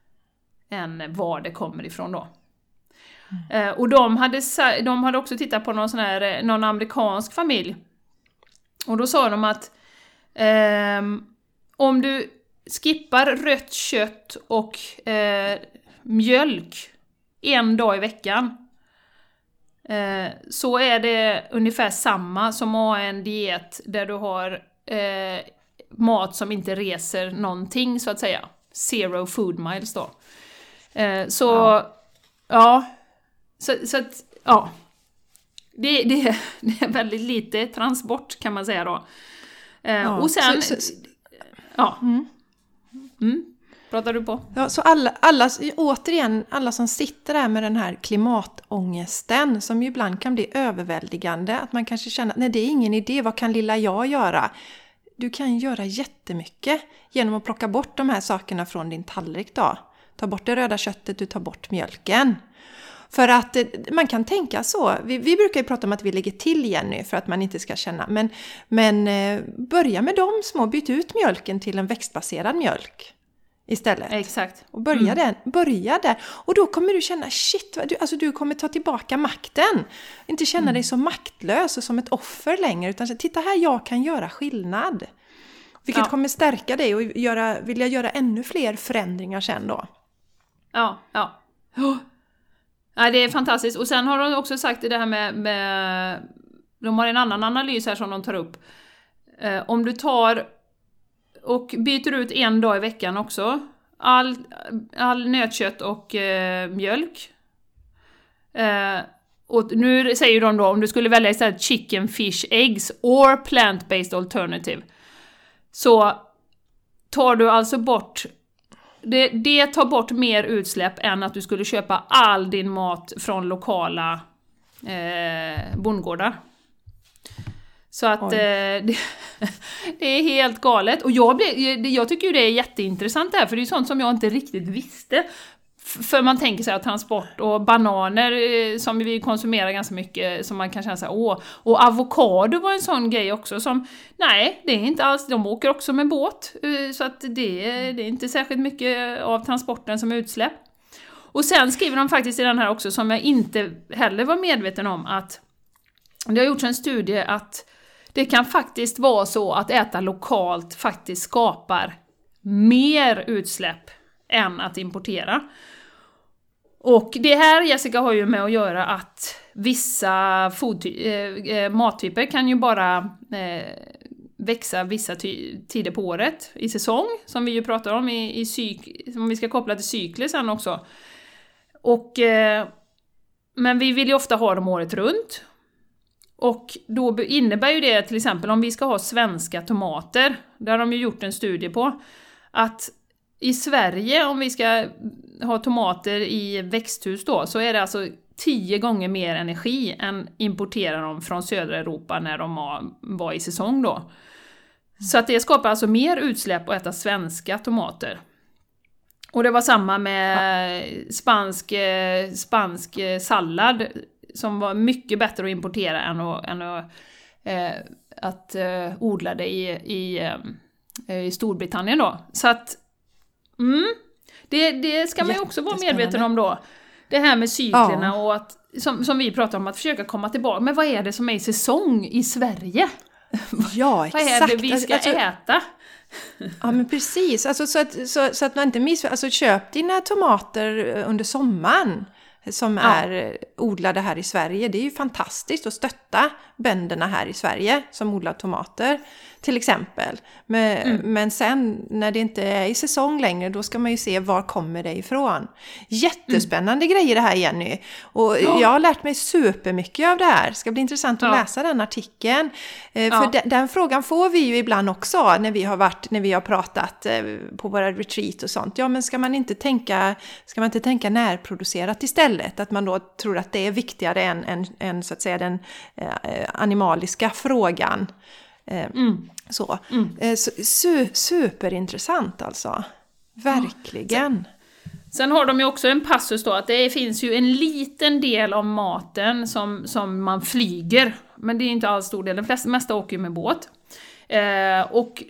än var det kommer ifrån då. Mm. Eh, och de hade, de hade också tittat på någon, sån här, någon amerikansk familj. Och då sa de att eh, om du skippar rött kött och eh, mjölk en dag i veckan eh, så är det ungefär samma som att ha en diet där du har eh, mat som inte reser någonting så att säga. Zero food miles då. Eh, så ja, ja så, så att ja det, det, det är väldigt lite transport kan man säga då. Eh, ja, och sen så, så, ja mm. Mm. Pratar du på? Ja, så alla, alla, återigen, alla som sitter där med den här klimatångesten som ju ibland kan bli överväldigande. Att man kanske känner att nej, det är ingen idé, vad kan lilla jag göra? Du kan göra jättemycket genom att plocka bort de här sakerna från din tallrik då. Ta bort det röda köttet, du tar bort mjölken. För att eh, man kan tänka så. Vi, vi brukar ju prata om att vi lägger till Jenny för att man inte ska känna. Men, men eh, börja med de små. Byt ut mjölken till en växtbaserad mjölk istället. Exakt. Och börja, mm. den, börja där. Och då kommer du känna, shit, du, alltså du kommer ta tillbaka makten. Inte känna mm. dig så maktlös och som ett offer längre. Utan så, titta här, jag kan göra skillnad. Vilket ja. kommer stärka dig och göra, vilja göra ännu fler förändringar sen då. Ja, ja. Oh. Ja, det är fantastiskt. Och sen har de också sagt det här med, med de har en annan analys här som de tar upp. Eh, om du tar och byter ut en dag i veckan också, all, all nötkött och eh, mjölk. Eh, och nu säger de då, om du skulle välja istället chicken, fish, eggs or plant-based alternative, så tar du alltså bort Det, det tar bort mer utsläpp än att du skulle köpa all din mat från lokala eh, bondgårdar. Så att eh, det, det är helt galet. Och jag, blir, jag tycker ju det är jätteintressant det här, för det är sånt som jag inte riktigt visste. För man tänker sig att transport och bananer eh, som vi konsumerar ganska mycket, som man kan känna sig åh. Och avokado var en sån grej också som, nej, det är inte alls, de åker också med båt. Eh, så att det, det är inte särskilt mycket av transporten som är utsläpp. Och sen skriver de faktiskt i den här också, som jag inte heller var medveten om, att det har gjorts en studie att det kan faktiskt vara så att äta lokalt faktiskt skapar mer utsläpp än att importera. Och det här, Jessica, har ju med att göra att vissa foodty- äh, mattyper kan ju bara äh, växa vissa ty- tider på året i säsong, som vi ju pratar om i, i cyk- som vi ska koppla till cykler sen också. Och, äh, men vi vill ju ofta ha dem året runt. Och då innebär ju det, till exempel om vi ska ha svenska tomater, där har de ju gjort en studie på, att i Sverige, om vi ska ha tomater i växthus då, så är det alltså tio gånger mer energi än importera dem från södra Europa när de var i säsong då. Så att det skapar alltså mer utsläpp att äta svenska tomater. Och det var samma med spansk, spansk sallad, som var mycket bättre att importera än att, än att, eh, att eh, odla det i, i, eh, i Storbritannien då. Så att Mm. Det, det ska man ju också vara medveten om då. Det här med cyklerna, ja. Och att, som, som vi pratar om, att försöka komma tillbaka. Men vad är det som är i säsong i Sverige? Ja, vad exakt. är det vi ska alltså, äta? Ja, men precis. Alltså, så, att, så, så att man inte missför... Alltså, köp dina tomater under sommaren som ja. är odlade här i Sverige. Det är ju fantastiskt att stötta bönderna här i Sverige som odlar tomater till exempel. Men, mm. men sen när det inte är i säsong längre, då ska man ju se var kommer det ifrån. Jättespännande mm. grejer det här, Jenny. Och ja. jag har lärt mig supermycket av det här. Det ska bli intressant att ja. läsa den artikeln. Eh, ja. För den, den frågan får vi ju ibland också när vi har varit, när vi har pratat eh, på våra retreat och sånt. Ja, men ska man inte tänka, ska man inte tänka närproducerat istället? Att man då tror att det är viktigare än, än, än så att säga den eh, animaliska frågan. Mm. Så. Mm. Su- superintressant alltså. Verkligen. Sen, sen har de ju också en passus då, att det finns ju en liten del av maten som, som man flyger. Men det är inte alls stor del. De flesta mesta åker ju med båt. Eh, och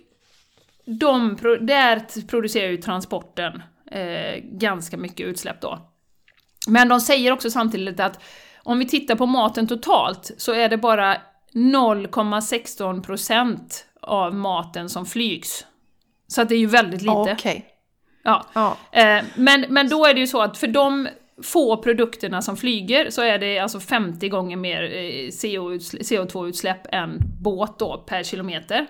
de, där producerar ju transporten eh, ganska mycket utsläpp då. Men de säger också samtidigt att om vi tittar på maten totalt, så är det bara noll komma sexton procent av maten som flygs. Så att det är ju väldigt lite. Okay. Ja. ja. Eh, men, men då är det ju så att för de få produkterna som flyger, så är det alltså femtio gånger mer eh, C O två-utsläpp än båt då per kilometer.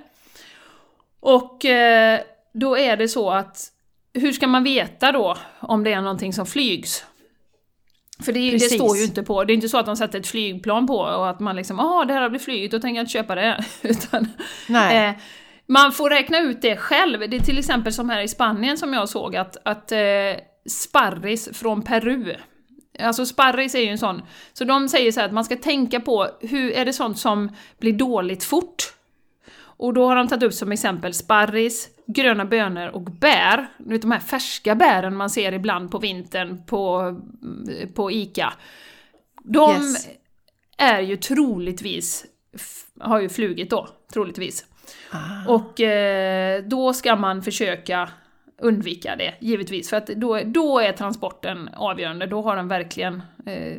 Och eh, då är det så att hur ska man veta då om det är någonting som flygs? För det, det står ju inte på, det är inte så att de sätter ett flygplan på och att man liksom, ja det här har blivit flyget, då tänker jag inte köpa det. Utan, Nej. Eh, man får räkna ut det själv. Det är till exempel som här i Spanien som jag såg att, att eh, sparris från Peru, alltså sparris är ju en sån, så de säger så här att man ska tänka på hur är det sånt som blir dåligt fort. Och då har de tagit upp som exempel sparris, gröna bönor och bär. Du vet, de här färska bären man ser ibland på vintern på, på Ica. De yes. är ju troligtvis, har ju flugit då, troligtvis. Ah. Och eh, då ska man försöka undvika det, givetvis. För att då, då är transporten avgörande. Då har den verkligen eh,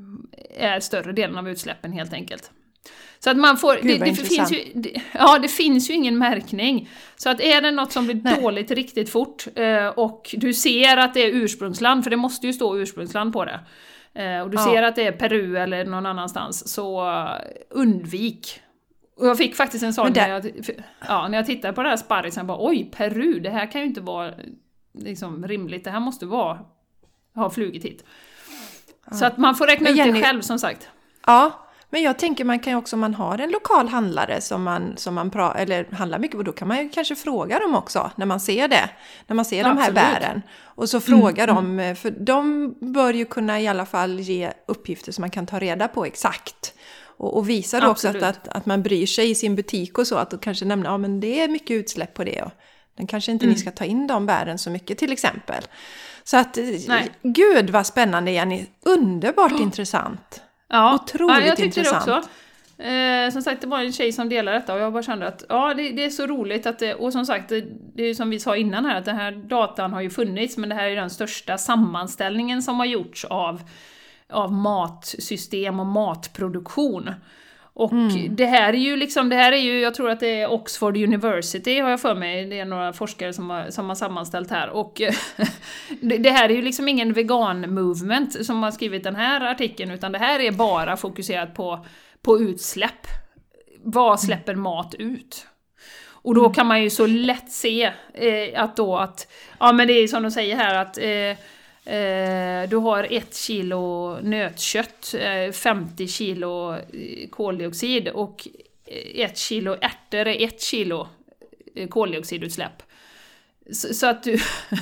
är större delen av utsläppen helt enkelt. Så att man får, Gud, det, det, finns ju, det, ja, det finns ju ingen märkning. Så att är det något som blir Nej. dåligt riktigt fort eh, och du ser att det är ursprungsland, för det måste ju stå ursprungsland på det. Eh, och du ja. ser att det är Peru eller någon annanstans, så uh, undvik. Och jag fick faktiskt en sån där... när, jag, ja, när jag tittade på det här sparrisen, bara oj, Peru, det här kan ju inte vara liksom rimligt. Det här måste vara ha flugit hit. Ja. Så att man får räkna Jenny, ut det själv, som sagt. Ja. Men jag tänker man kan ju också, om man har en lokal handlare som man, som man pra, eller handlar mycket på, då kan man ju kanske fråga dem också när man ser det. När man ser ja, de här absolut. bären. Och så fråga mm, dem, mm. för de bör ju kunna i alla fall ge uppgifter som man kan ta reda på exakt. Och, och visa då också att, att, att man bryr sig i sin butik och så, att då kanske nämna, ja men det är mycket utsläpp på det. Och den kanske inte mm. ni ska ta in de bären så mycket till exempel. Så att, Nej. gud vad spännande Jenny, underbart oh. intressant. Ja, otroligt ja, jag tyckte intressant. Det också. Eh, som sagt, det var en tjej som delade detta och jag bara kände att ja, det, det är så roligt att det, och som sagt, det, det är som vi sa innan här, att den här datan har ju funnits, men det här är den största sammanställningen som har gjorts av, av matsystem och matproduktion. Och mm. det här är ju liksom, det här är ju, jag tror att det är Oxford University, har jag för mig, det är några forskare som har, som har sammanställt här, och det, det här är ju liksom ingen vegan-movement som har skrivit den här artikeln, utan det här är bara fokuserat på, på utsläpp. Vad släpper mm. mat ut? Och då mm. kan man ju så lätt se eh, att då att, ja men det är som de säger här att eh, Eh, du har ett kilo nötkött, eh, femtio kilo koldioxid, och ett kilo ärtor är ett kilo koldioxidutsläpp. Så, så att du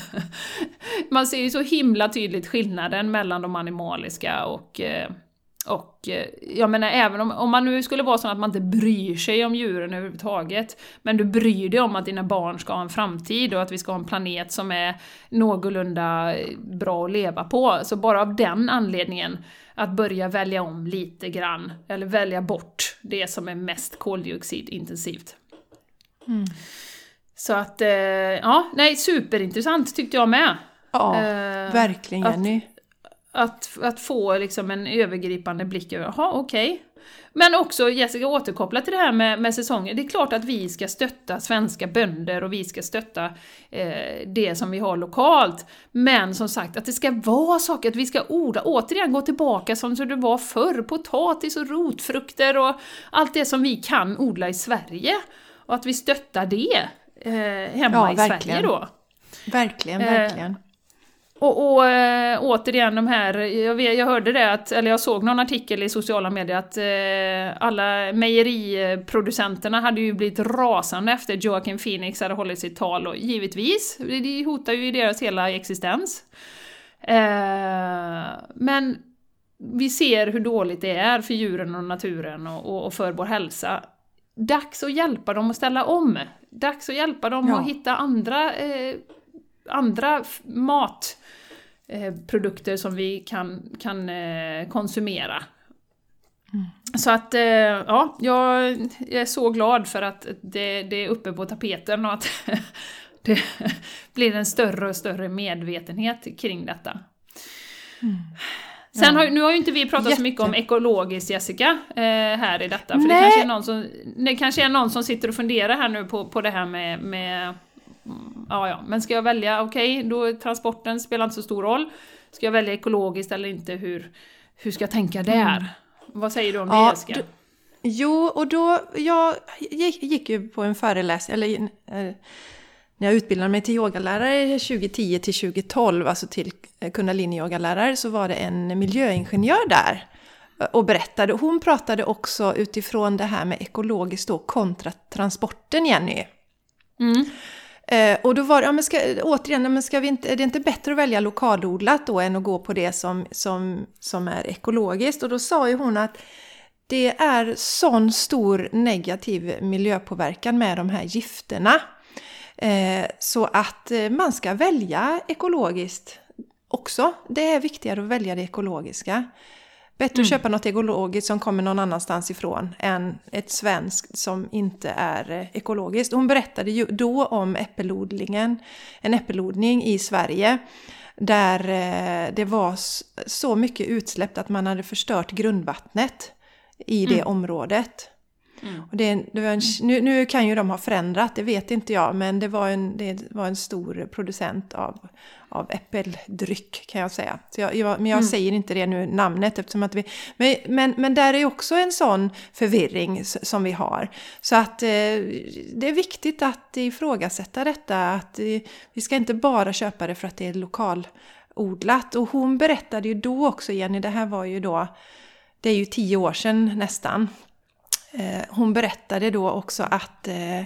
man ser ju så himla tydligt skillnaden mellan de animaliska och eh, och jag menar, även om, om man nu skulle vara så att man inte bryr sig om djuren överhuvudtaget, men du bryr dig om att dina barn ska ha en framtid och att vi ska ha en planet som är någorlunda bra att leva på, så bara av den anledningen att börja välja om lite grann, eller välja bort det som är mest koldioxidintensivt. Mm. Så att, ja, nej, superintressant tyckte jag med. Ja, eh, verkligen Jenny. Att, Att, att få liksom en övergripande blick över, jaha okej. Okay. Men också, Jessica, återkoppla till det här med, med säsonger. Det är klart att vi ska stötta svenska bönder och vi ska stötta eh, det som vi har lokalt. Men som sagt, att det ska vara saker, att vi ska odla, återigen gå tillbaka som det var förr, potatis och rotfrukter och allt det som vi kan odla i Sverige. Och att vi stöttar det eh, hemma ja, i verkligen. Sverige då. Verkligen, verkligen. Eh, Och, och äh, återigen de här, jag, vet, jag hörde det, att, eller jag såg någon artikel i sociala medier att äh, alla mejeriproducenterna hade ju blivit rasande efter Joaquin Phoenix hade hållit sitt tal, och givetvis, det hotar ju deras hela existens. Äh, men vi ser hur dåligt det är för djuren och naturen och, och, och för vår hälsa. Dags att hjälpa dem att ställa om. Dags att hjälpa dem ja. att hitta andra... Äh, andra matprodukter eh, som vi kan, kan eh, konsumera. Mm. Så att eh, ja, jag är så glad för att det, det är uppe på tapeten och att det blir en större och större medvetenhet kring detta. Mm. Ja. Sen har, nu har ju inte vi pratat Jätte. så mycket om ekologiskt, Jessica, eh, här i detta. För det kanske, är någon som, det kanske är någon som sitter och funderar här nu på, på det här med... med Ja, ja, men ska jag välja, okej, okay, då transporten spelar inte så stor roll. Ska jag välja ekologiskt eller inte, hur, hur ska jag tänka där? Mm. Vad säger du om ja, det, Jessica? Du, jo, och då, jag gick, gick ju på en föreläsning, eller äh, när jag utbildade mig till yogalärare tjugo tio till tjugo tolv, alltså till kundalini-yogalärare, så var det en miljöingenjör där och berättade. Hon pratade också utifrån det här med ekologiskt då kontra transporten, Jenny. Mm. Eh, och då var det, ja, men ska, återigen, men ska vi inte, är det inte bättre att välja lokalodlat då än att gå på det som, som, som är ekologiskt? Och då sa ju hon att det är sån stor negativ miljöpåverkan med de här gifterna. Eh, så att eh, man ska välja ekologiskt också. Det är viktigare att välja det ekologiska. Bättre mm. att köpa något ekologiskt som kommer någon annanstans ifrån än ett svenskt som inte är ekologiskt. Hon berättade ju då om äppelodlingen, en äppelodling i Sverige där det var så mycket utsläpp att man hade förstört grundvattnet i det mm. området. Mm. Och det, det var en, nu, nu kan ju de ha förändrat, det vet inte jag, men det var en, det var en stor producent av, av äppeldryck kan jag säga. Så jag, jag, men jag mm. säger inte det nu namnet eftersom att vi... Men, men, men där är också en sån förvirring som vi har. Så att eh, det är viktigt att ifrågasätta detta, att eh, vi ska inte bara köpa det för att det är lokalodlat. Och hon berättade ju då också, Jenny, det här var ju då, det är ju tio år sedan nästan. Hon berättade då också att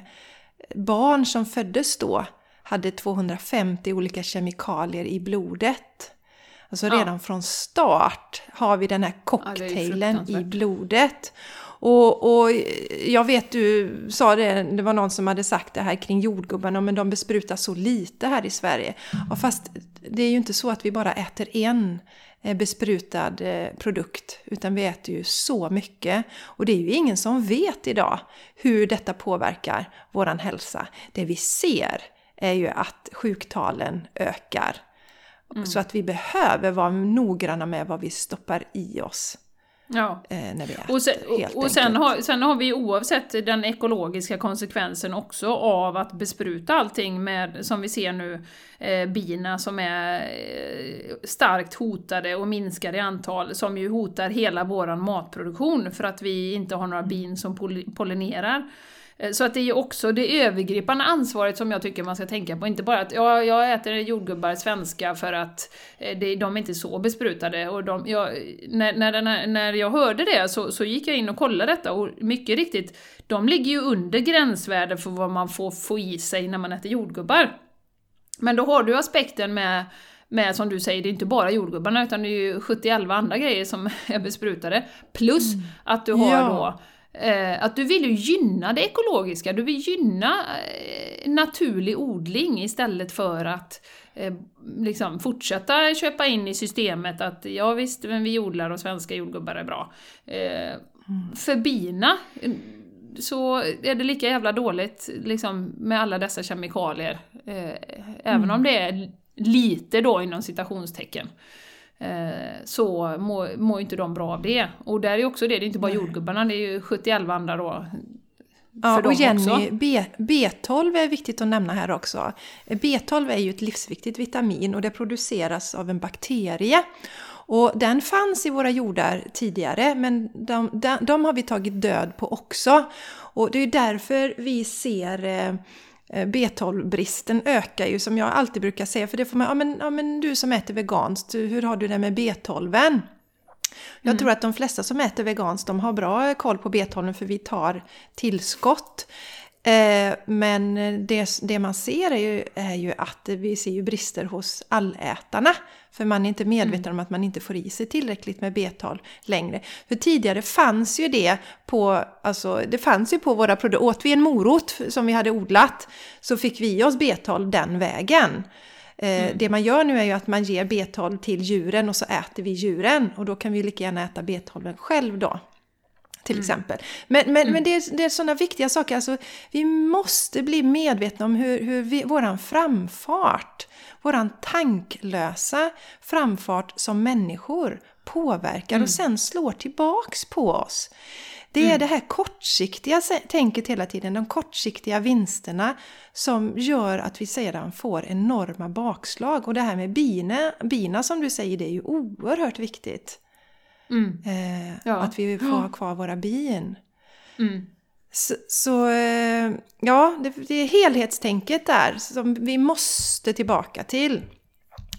barn som föddes då hade tvåhundrafemtio olika kemikalier i blodet. Alltså redan ja. från start har vi den här cocktailen ja, i blodet. Och, och jag vet du sa det, det var någon som hade sagt det här kring jordgubbarna, men de besprutar så lite här i Sverige. Och fast det är ju inte så att vi bara äter en besprutad produkt, utan vi äter ju så mycket. Och det är ju ingen som vet idag hur detta påverkar våran hälsa. Det vi ser är ju att sjuktalen ökar. Mm. Så att vi behöver vara noggranna med vad vi stoppar i oss. Ja. Eh, när vi äter, och sen, och sen, har, sen har vi oavsett den ekologiska konsekvensen också av att bespruta allting med, som vi ser nu, eh, bina som är eh, starkt hotade och minskar i antal, som ju hotar hela våran matproduktion för att vi inte har några bin som poll- pollinerar. Så att det är ju också det övergripande ansvaret som jag tycker man ska tänka på. Inte bara att ja, jag äter jordgubbar svenska för att det, de är inte så besprutade. Och de, jag, när, när, den här, när jag hörde det så, så gick jag in och kollade detta. Och mycket riktigt, de ligger ju under gränsvärde för vad man får få i sig när man äter jordgubbar. Men då har du aspekten med... med, som du säger, det är inte bara jordgubbarna utan det är ju sjuttio andra grejer som är besprutade. Plus mm. att du har ja. då... Eh, att du vill ju gynna det ekologiska, du vill gynna eh, naturlig odling istället för att eh, liksom fortsätta köpa in i systemet att ja visst, men vi odlar och svenska jordgubbar är bra. Eh, mm. För bina så är det lika jävla dåligt liksom, med alla dessa kemikalier, eh, mm. även om det är lite då inom citationstecken. Så mår må inte de bra av det. Och där är också det, det är inte bara jordgubbarna, det är ju sjuttio andra då. Ja, och Jenny, B, B tolv är viktigt att nämna här också. B tolv är ju ett livsviktigt vitamin och det produceras av en bakterie. Och den fanns i våra jordar tidigare, men de, de, de har vi tagit död på också. Och det är därför vi ser... B tolv-bristen ökar ju, som jag alltid brukar säga, för det får man, ja men, ja men du som äter veganskt, hur har du det med B tolv-en? Jag mm. tror att de flesta som äter veganskt, de har bra koll på B tolv för vi tar tillskott. Eh, men det, det man ser är ju, är ju att vi ser ju brister hos allätarna. För man är inte medveten mm. om att man inte får i sig tillräckligt med B tolv längre. För tidigare fanns ju det på, alltså det fanns ju på våra produkter. Åt vi en morot som vi hade odlat så fick vi oss B tolv den vägen. Eh, mm. Det man gör nu är ju att man ger B tolv till djuren och så äter vi djuren. Och då kan vi lika gärna äta B tolv själv då. Till exempel. Men, men, mm. men det, är, det är sådana viktiga saker. Alltså, vi måste bli medvetna om hur, hur vi, våran framfart, våran tanklösa framfart som människor påverkar mm. och sen slår tillbaks på oss. Det är mm. det här kortsiktiga tänket hela tiden, de kortsiktiga vinsterna som gör att vi sedan får enorma bakslag. Och det här med bina, bina som du säger, det är ju oerhört viktigt. Mm. Eh, ja. Att vi får ha kvar våra bin. Mm. Så, så eh, ja, det, det är helhetstänket där som vi måste tillbaka till.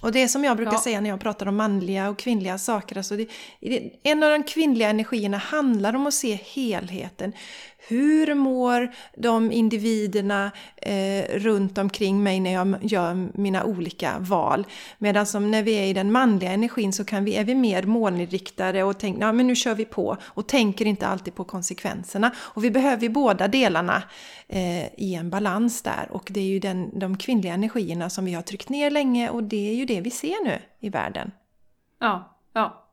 Och det är som jag brukar Ja. säga när jag pratar om manliga och kvinnliga saker. Alltså det, en av de kvinnliga energierna handlar om att se helheten. Hur mår de individerna eh, runt omkring mig när jag gör mina olika val? Medan som när vi är i den manliga energin så kan vi, är vi mer målinriktade och tänker, ja men nu kör vi på. Och tänker inte alltid på konsekvenserna. Och vi behöver ju båda delarna eh, i en balans där. Och det är ju den, de kvinnliga energierna som vi har tryckt ner länge och det är ju det vi ser nu i världen. Ja, ja.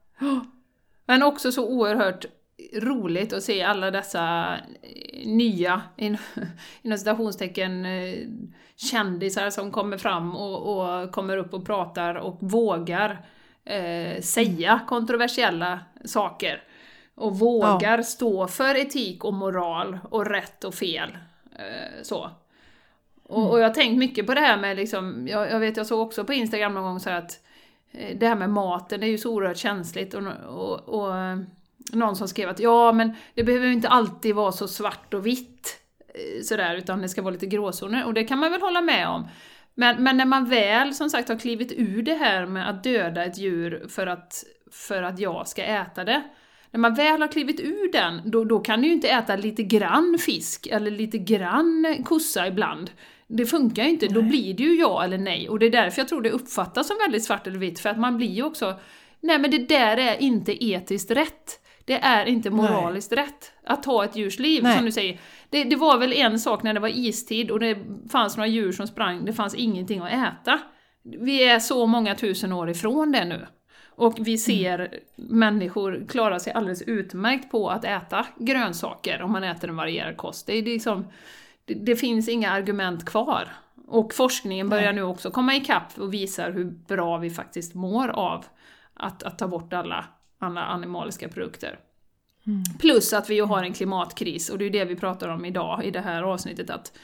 Men också så oerhört roligt att se alla dessa nya, inom citationstecken, kändisar som kommer fram och, och kommer upp och pratar och vågar eh, säga kontroversiella saker. Och vågar ja. stå för etik och moral och rätt och fel. Eh, så. Och, och jag har tänkt mycket på det här med, liksom, jag, jag vet jag såg också på Instagram någon gång så att eh, det här med maten, det är ju så oerhört känsligt och, och, och någon som skrev att ja, men det behöver inte alltid vara så svart och vitt sådär, utan det ska vara lite gråzoner. Och det kan man väl hålla med om. Men, men när man väl som sagt har klivit ur det här med att döda ett djur för att, för att jag ska äta det. När man väl har klivit ur den, då, då kan du ju inte äta lite grann fisk eller lite grann kossa ibland. Det funkar ju inte, nej. Då blir det ju ja eller nej. Och det är därför jag tror det uppfattas som väldigt svart eller vitt. För att man blir ju också, nej men det där är inte etiskt rätt. Det är inte moraliskt Nej. rätt att ta ett djurs liv, Nej. som du säger. Det, det var väl en sak när det var istid och det fanns några djur som sprang, det fanns ingenting att äta. Vi är så många tusen år ifrån det nu. Och vi ser mm. människor klara sig alldeles utmärkt på att äta grönsaker om man äter en varierad kost. Det, är liksom, det, det finns inga argument kvar. Och forskningen börjar Nej. nu också komma ikapp och visar hur bra vi faktiskt mår av att, att ta bort alla alla animaliska produkter. Mm. Plus att vi ju har en klimatkris, och det är det vi pratar om idag i det här avsnittet, att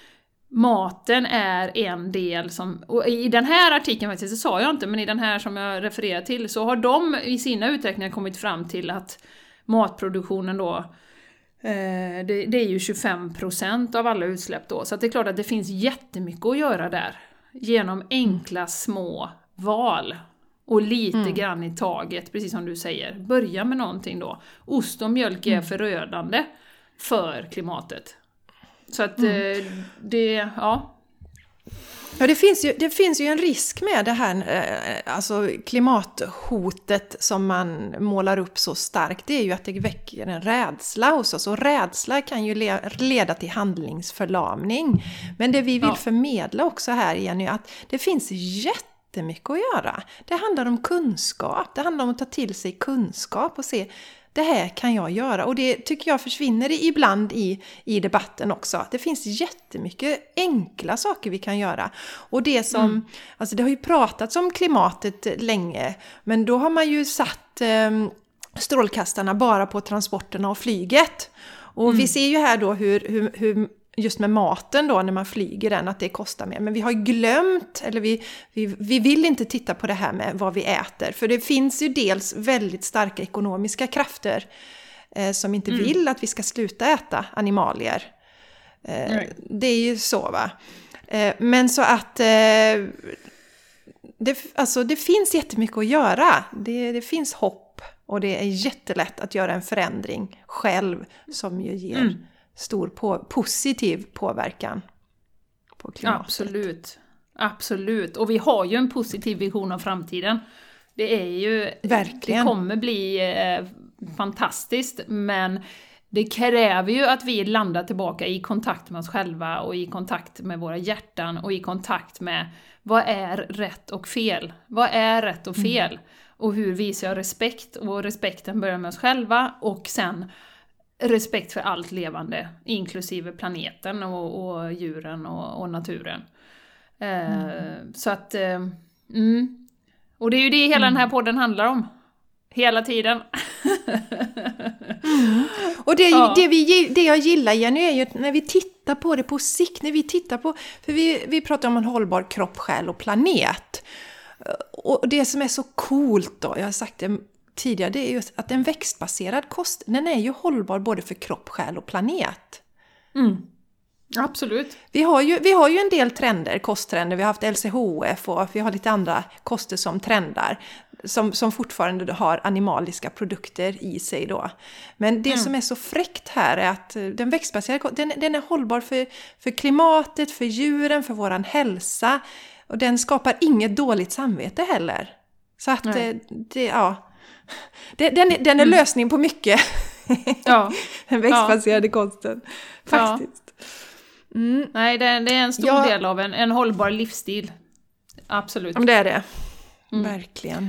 maten är en del som, och i den här artikeln faktiskt, det sa jag inte, men i den här som jag refererar till så har de i sina uträkningar kommit fram till att matproduktionen då eh, det, det är ju tjugofem procent av alla utsläpp då, så att det är klart att det finns jättemycket att göra där genom enkla små val. Och lite mm. grann i taget, precis som du säger. Börja med någonting då. Ost och mjölk är mm. förödande för klimatet. Så att mm. det, ja. Ja, det finns ju, det finns ju en risk med det här, alltså klimathotet som man målar upp så starkt. Det är ju att det väcker en rädsla hos oss. Och rädsla kan ju leda till handlingsförlamning. Men det vi vill ja. förmedla också här igen är att det finns jätte mycket att göra. Det handlar om kunskap. Det handlar om att ta till sig kunskap och se, det här kan jag göra. Och det tycker jag försvinner ibland i, i debatten också. Det finns jättemycket enkla saker vi kan göra. Och det som, mm. alltså det har ju pratats om klimatet länge, men då har man ju satt eh, strålkastarna bara på transporterna och flyget. Och mm. vi ser ju här då hur, hur, hur just med maten då, när man flyger den, att det kostar mer. Men vi har glömt, eller vi, vi, vi vill inte titta på det här med vad vi äter. För det finns ju dels väldigt starka ekonomiska krafter eh, som inte mm. vill att vi ska sluta äta animalier. Eh, det är ju så, va? Eh, men så att eh, det, alltså, det finns jättemycket att göra. Det, det finns hopp och det är jättelätt att göra en förändring själv som ju ger mm. stor på, positiv påverkan på klimatet. Absolut. Absolut. Och vi har ju en positiv vision av framtiden. Det är ju... Verkligen. Det kommer bli eh, fantastiskt, men det kräver ju att vi landar tillbaka i kontakt med oss själva och i kontakt med våra hjärtan och i kontakt med vad är rätt och fel? Vad är rätt och fel? Mm. Och hur visar jag respekt? Och respekten börjar med oss själva och sen respekt för allt levande, inklusive planeten och, och djuren och, och naturen. Mm. Eh, så att... Eh, mm. Och det är ju det hela mm. den här podden handlar om. Hela tiden. mm. Och det, ja. det, vi, det jag gillar, Jenny, är ju när vi tittar på det på sikt, när vi tittar på... För vi, vi pratar om en hållbar kropp, själ och planet. Och det som är så coolt då, jag har sagt det tidigare, det är ju att en växtbaserad kost, den är ju hållbar både för kropp, själ och planet. Mm. Absolut. Vi har, ju, vi har ju en del trender, kosttrender. Vi har haft L C H F och vi har lite andra koster som trendar. Som, som fortfarande har animaliska produkter i sig då. Men det mm. som är så fräckt här är att den växtbaserade den, den är hållbar för, för klimatet, för djuren, för våran hälsa. Och den skapar inget dåligt samvete heller. Så att det, det, ja... Det, den, den är mm. lösning på mycket. Ja. Den växtbaserade ja. kosten. Faktiskt. Ja. Mm. Nej, det, det är en stor ja. del av en, en hållbar livsstil. Absolut. Det är det. Mm. Verkligen.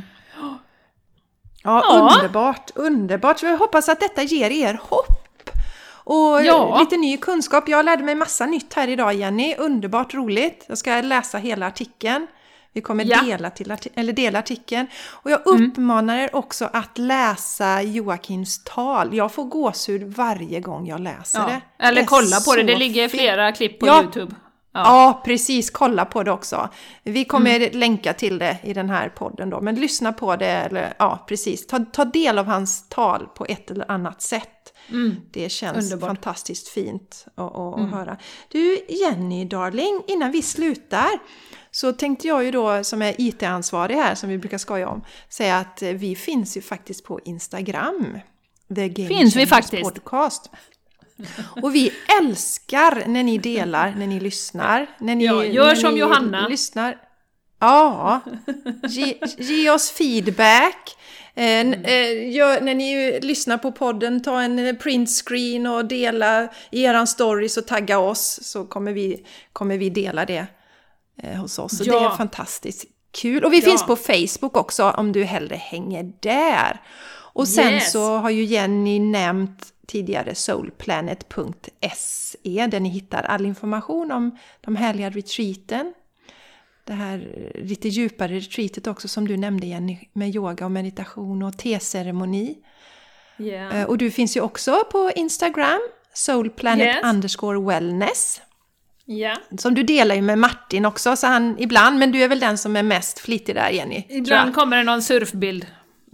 Ja, ja, underbart. Underbart. Så jag hoppas att detta ger er hopp. Och ja. lite ny kunskap. Jag lärde mig massa nytt här idag, Jenny. Underbart roligt. Jag ska läsa hela artikeln. Vi kommer ja. dela, till arti- eller dela artikeln. Och jag uppmanar mm. er också att läsa Joakims tal. Jag får gåshud varje gång jag läser ja. det. Eller det kolla på det. Det ligger flera klipp på ja. YouTube. Ja. ja, precis. Kolla på det också. Vi kommer mm. länka till det i den här podden då. Men lyssna på det. Eller, ja, precis. Ta, ta del av hans tal på ett eller annat sätt. Mm. Det känns Underbart. fantastiskt fint att, att mm. höra. Du, Jenny, darling, innan vi slutar så tänkte jag ju då, som är I T-ansvarig här, som vi brukar skoja om, säga att vi finns ju faktiskt på Instagram. The Game finns vi faktiskt. Podcast. Och vi älskar när ni delar, när ni lyssnar. När ni, ja, gör när som ni Johanna. Lyssnar. Ja, ge, ge oss feedback. Mm. Eh, gör, när ni lyssnar på podden, ta en printscreen och dela i eran stories och tagga oss, så kommer vi, kommer vi dela det eh, hos oss. Och ja. det är fantastiskt kul. Och vi ja. finns på Facebook också, om du hellre hänger där. Och sen yes. så har ju Jenny nämnt tidigare soulplanet punkt se där ni hittar all information om de härliga retreaten. Det här lite djupare retreatet också som du nämnde, Jenny, med yoga och meditation och teceremoni. Yeah. Och du finns ju också på Instagram, soulplanet yes. underscore wellness. Yeah. Som du delar ju med Martin också, så han ibland, men du är väl den som är mest flitig där, Jenny? Ibland kommer det någon surfbild.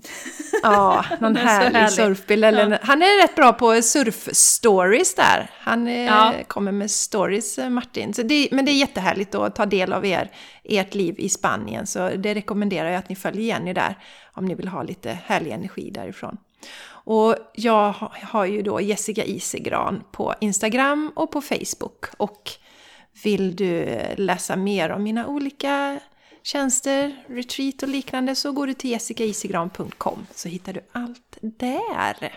Ja, någon härlig, härlig surfbild. Eller, ja. Han är rätt bra på surfstories där. Han är, ja. kommer med stories, Martin. Så det, men det är jättehärligt att ta del av er, ert liv i Spanien. Så det rekommenderar jag att ni följer Jenny där om ni vill ha lite härlig energi därifrån. Och jag har ju då Jessica Isegran på Instagram och på Facebook. Och vill du läsa mer om mina olika tjänster, retreat och liknande, så går du till jessica isegran punkt com så hittar du allt där.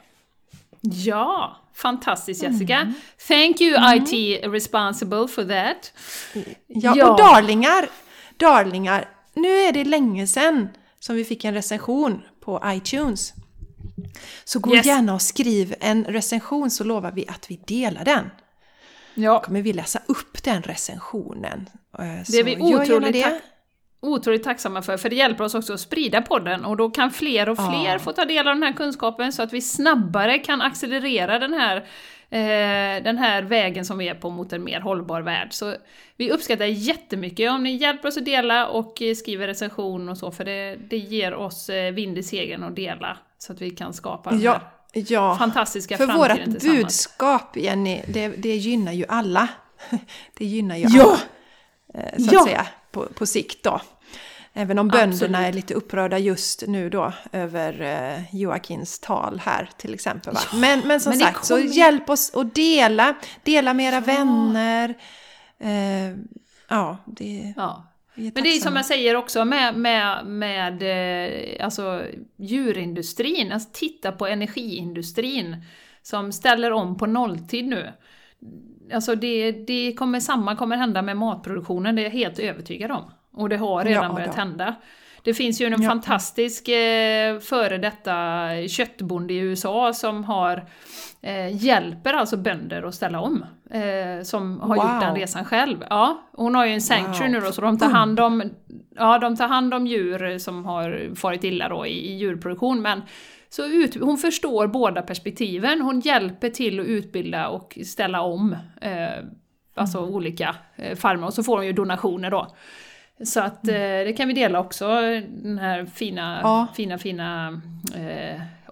Ja, fantastiskt Jessica. Mm. Thank you mm. I T responsible for that. Ja, ja, och darlingar, darlingar, nu är det länge sedan som vi fick en recension på iTunes. Så gå yes. gärna och skriv en recension, så lovar vi att vi delar den. Ja. Kommer vi läsa upp den recensionen. Så det är vi otroligt tack. Otroligt tacksamma för, för det hjälper oss också att sprida podden, och då kan fler och fler ja. få ta del av den här kunskapen, så att vi snabbare kan accelerera den här, eh, den här vägen som vi är på mot en mer hållbar värld. Så vi uppskattar jättemycket om ni hjälper oss att dela och skriver recension och så, för det, det ger oss vind i segern att dela, så att vi kan skapa den ja. här ja. fantastiska för framtiden tillsammans. För vårt budskap, Jenny, det, det gynnar ju alla. Det gynnar ju ja. alla, så att ja. säga, på, på sikt då. Även om bönderna Absolut. är lite upprörda just nu då över eh, Joakims tal här till exempel. Va? Ja, men, men som men sagt, kommer... så hjälp oss att dela. Dela med era ja. vänner. Eh, ja, det ja. Men det är som jag säger också med, med, med eh, alltså, djurindustrin. Alltså, titta på energiindustrin som ställer om på nolltid nu. Alltså det, det kommer, samma kommer hända med matproduktionen, det är jag helt övertygad om. Och det har redan ja, börjat då. hända. Det finns ju en ja. fantastisk eh, före detta köttbonde i U S A som har eh, hjälper alltså bönder att ställa om. Eh, som har wow. gjort den resan själv. Ja, hon har ju en sanctuary wow. nu då, så de tar hand om, ja, de tar hand om djur som har farit illa då i, i djurproduktion. Men så ut, hon förstår båda perspektiven. Hon hjälper till att utbilda och ställa om eh, alltså mm. olika eh, farmer. Och så får hon ju donationer då. Så att eh, det kan vi dela också, den här fina, ja. fina, fina eh,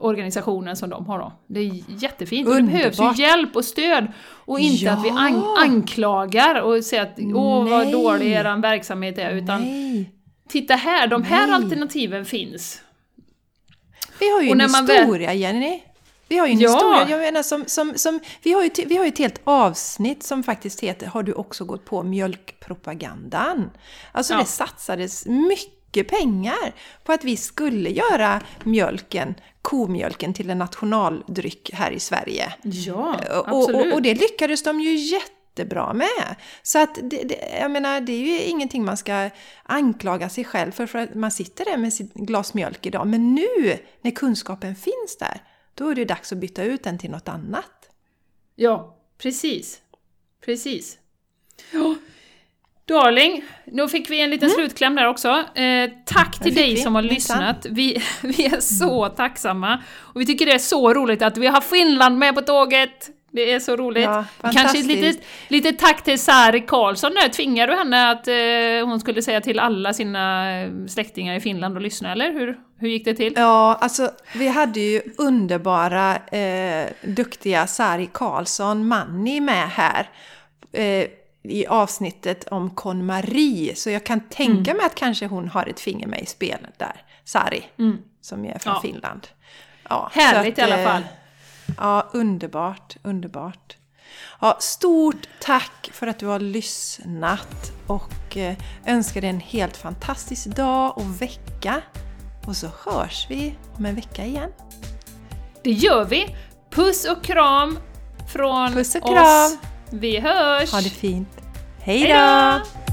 organisationen som de har då. Det är jättefint. Underbart. Och det behövs ju hjälp och stöd. Och inte Ja. att vi an- anklagar och säger att åh vad Nej. dålig er verksamhet är. Utan Nej. titta här, de här Nej. alternativen finns. Vi har ju Och en när man väl- historia, Jenny. Vi har ju en Ja. historia, jag menar som, som, som vi, har ju, t- vi har ju ett helt avsnitt som faktiskt heter Har du också gått på mjölkpropagandan? Alltså Ja. det satsades mycket pengar på att vi skulle göra mjölken, komjölken till en nationaldryck här i Sverige. Ja, Och, absolut. och, och det lyckades de ju jättebra med. Så att det, det, jag menar, det är ju ingenting man ska anklaga sig själv för, för att man sitter där med sitt glas mjölk idag. Men nu, när kunskapen finns där, då är det dags att byta ut den till något annat. Ja, precis. Precis. Ja. Darling, nu fick vi en liten Mm. slutkläm där också. Eh, tack till fick dig vi, som har minsann. lyssnat. Vi, vi är så tacksamma. Och vi tycker det är så roligt att vi har Finland med på tåget. Det är så roligt. Ja, Kanske ett fantastiskt. litet, litet tack till Sari Karlsson där. Tvingar du henne att eh, hon skulle säga till alla sina släktingar i Finland att lyssna, eller? Hur, hur gick det till? Ja, alltså vi hade ju underbara, eh, duktiga Sari Karlsson, Manni, med här eh, i avsnittet om KonMari. Så jag kan tänka Mm. mig att kanske hon har ett finger med i spelet där. Sari, Mm. som är från Ja. Finland. Ja, Härligt så att, i alla eh, fall. Ja, underbart, underbart. Ja, stort tack för att du har lyssnat och eh, önskar dig en helt fantastisk dag och vecka. Och så hörs vi om en vecka igen. Det gör vi. Puss och kram från Puss och oss. kram. Vi hörs. Ha det fint. Hej Hej då! då!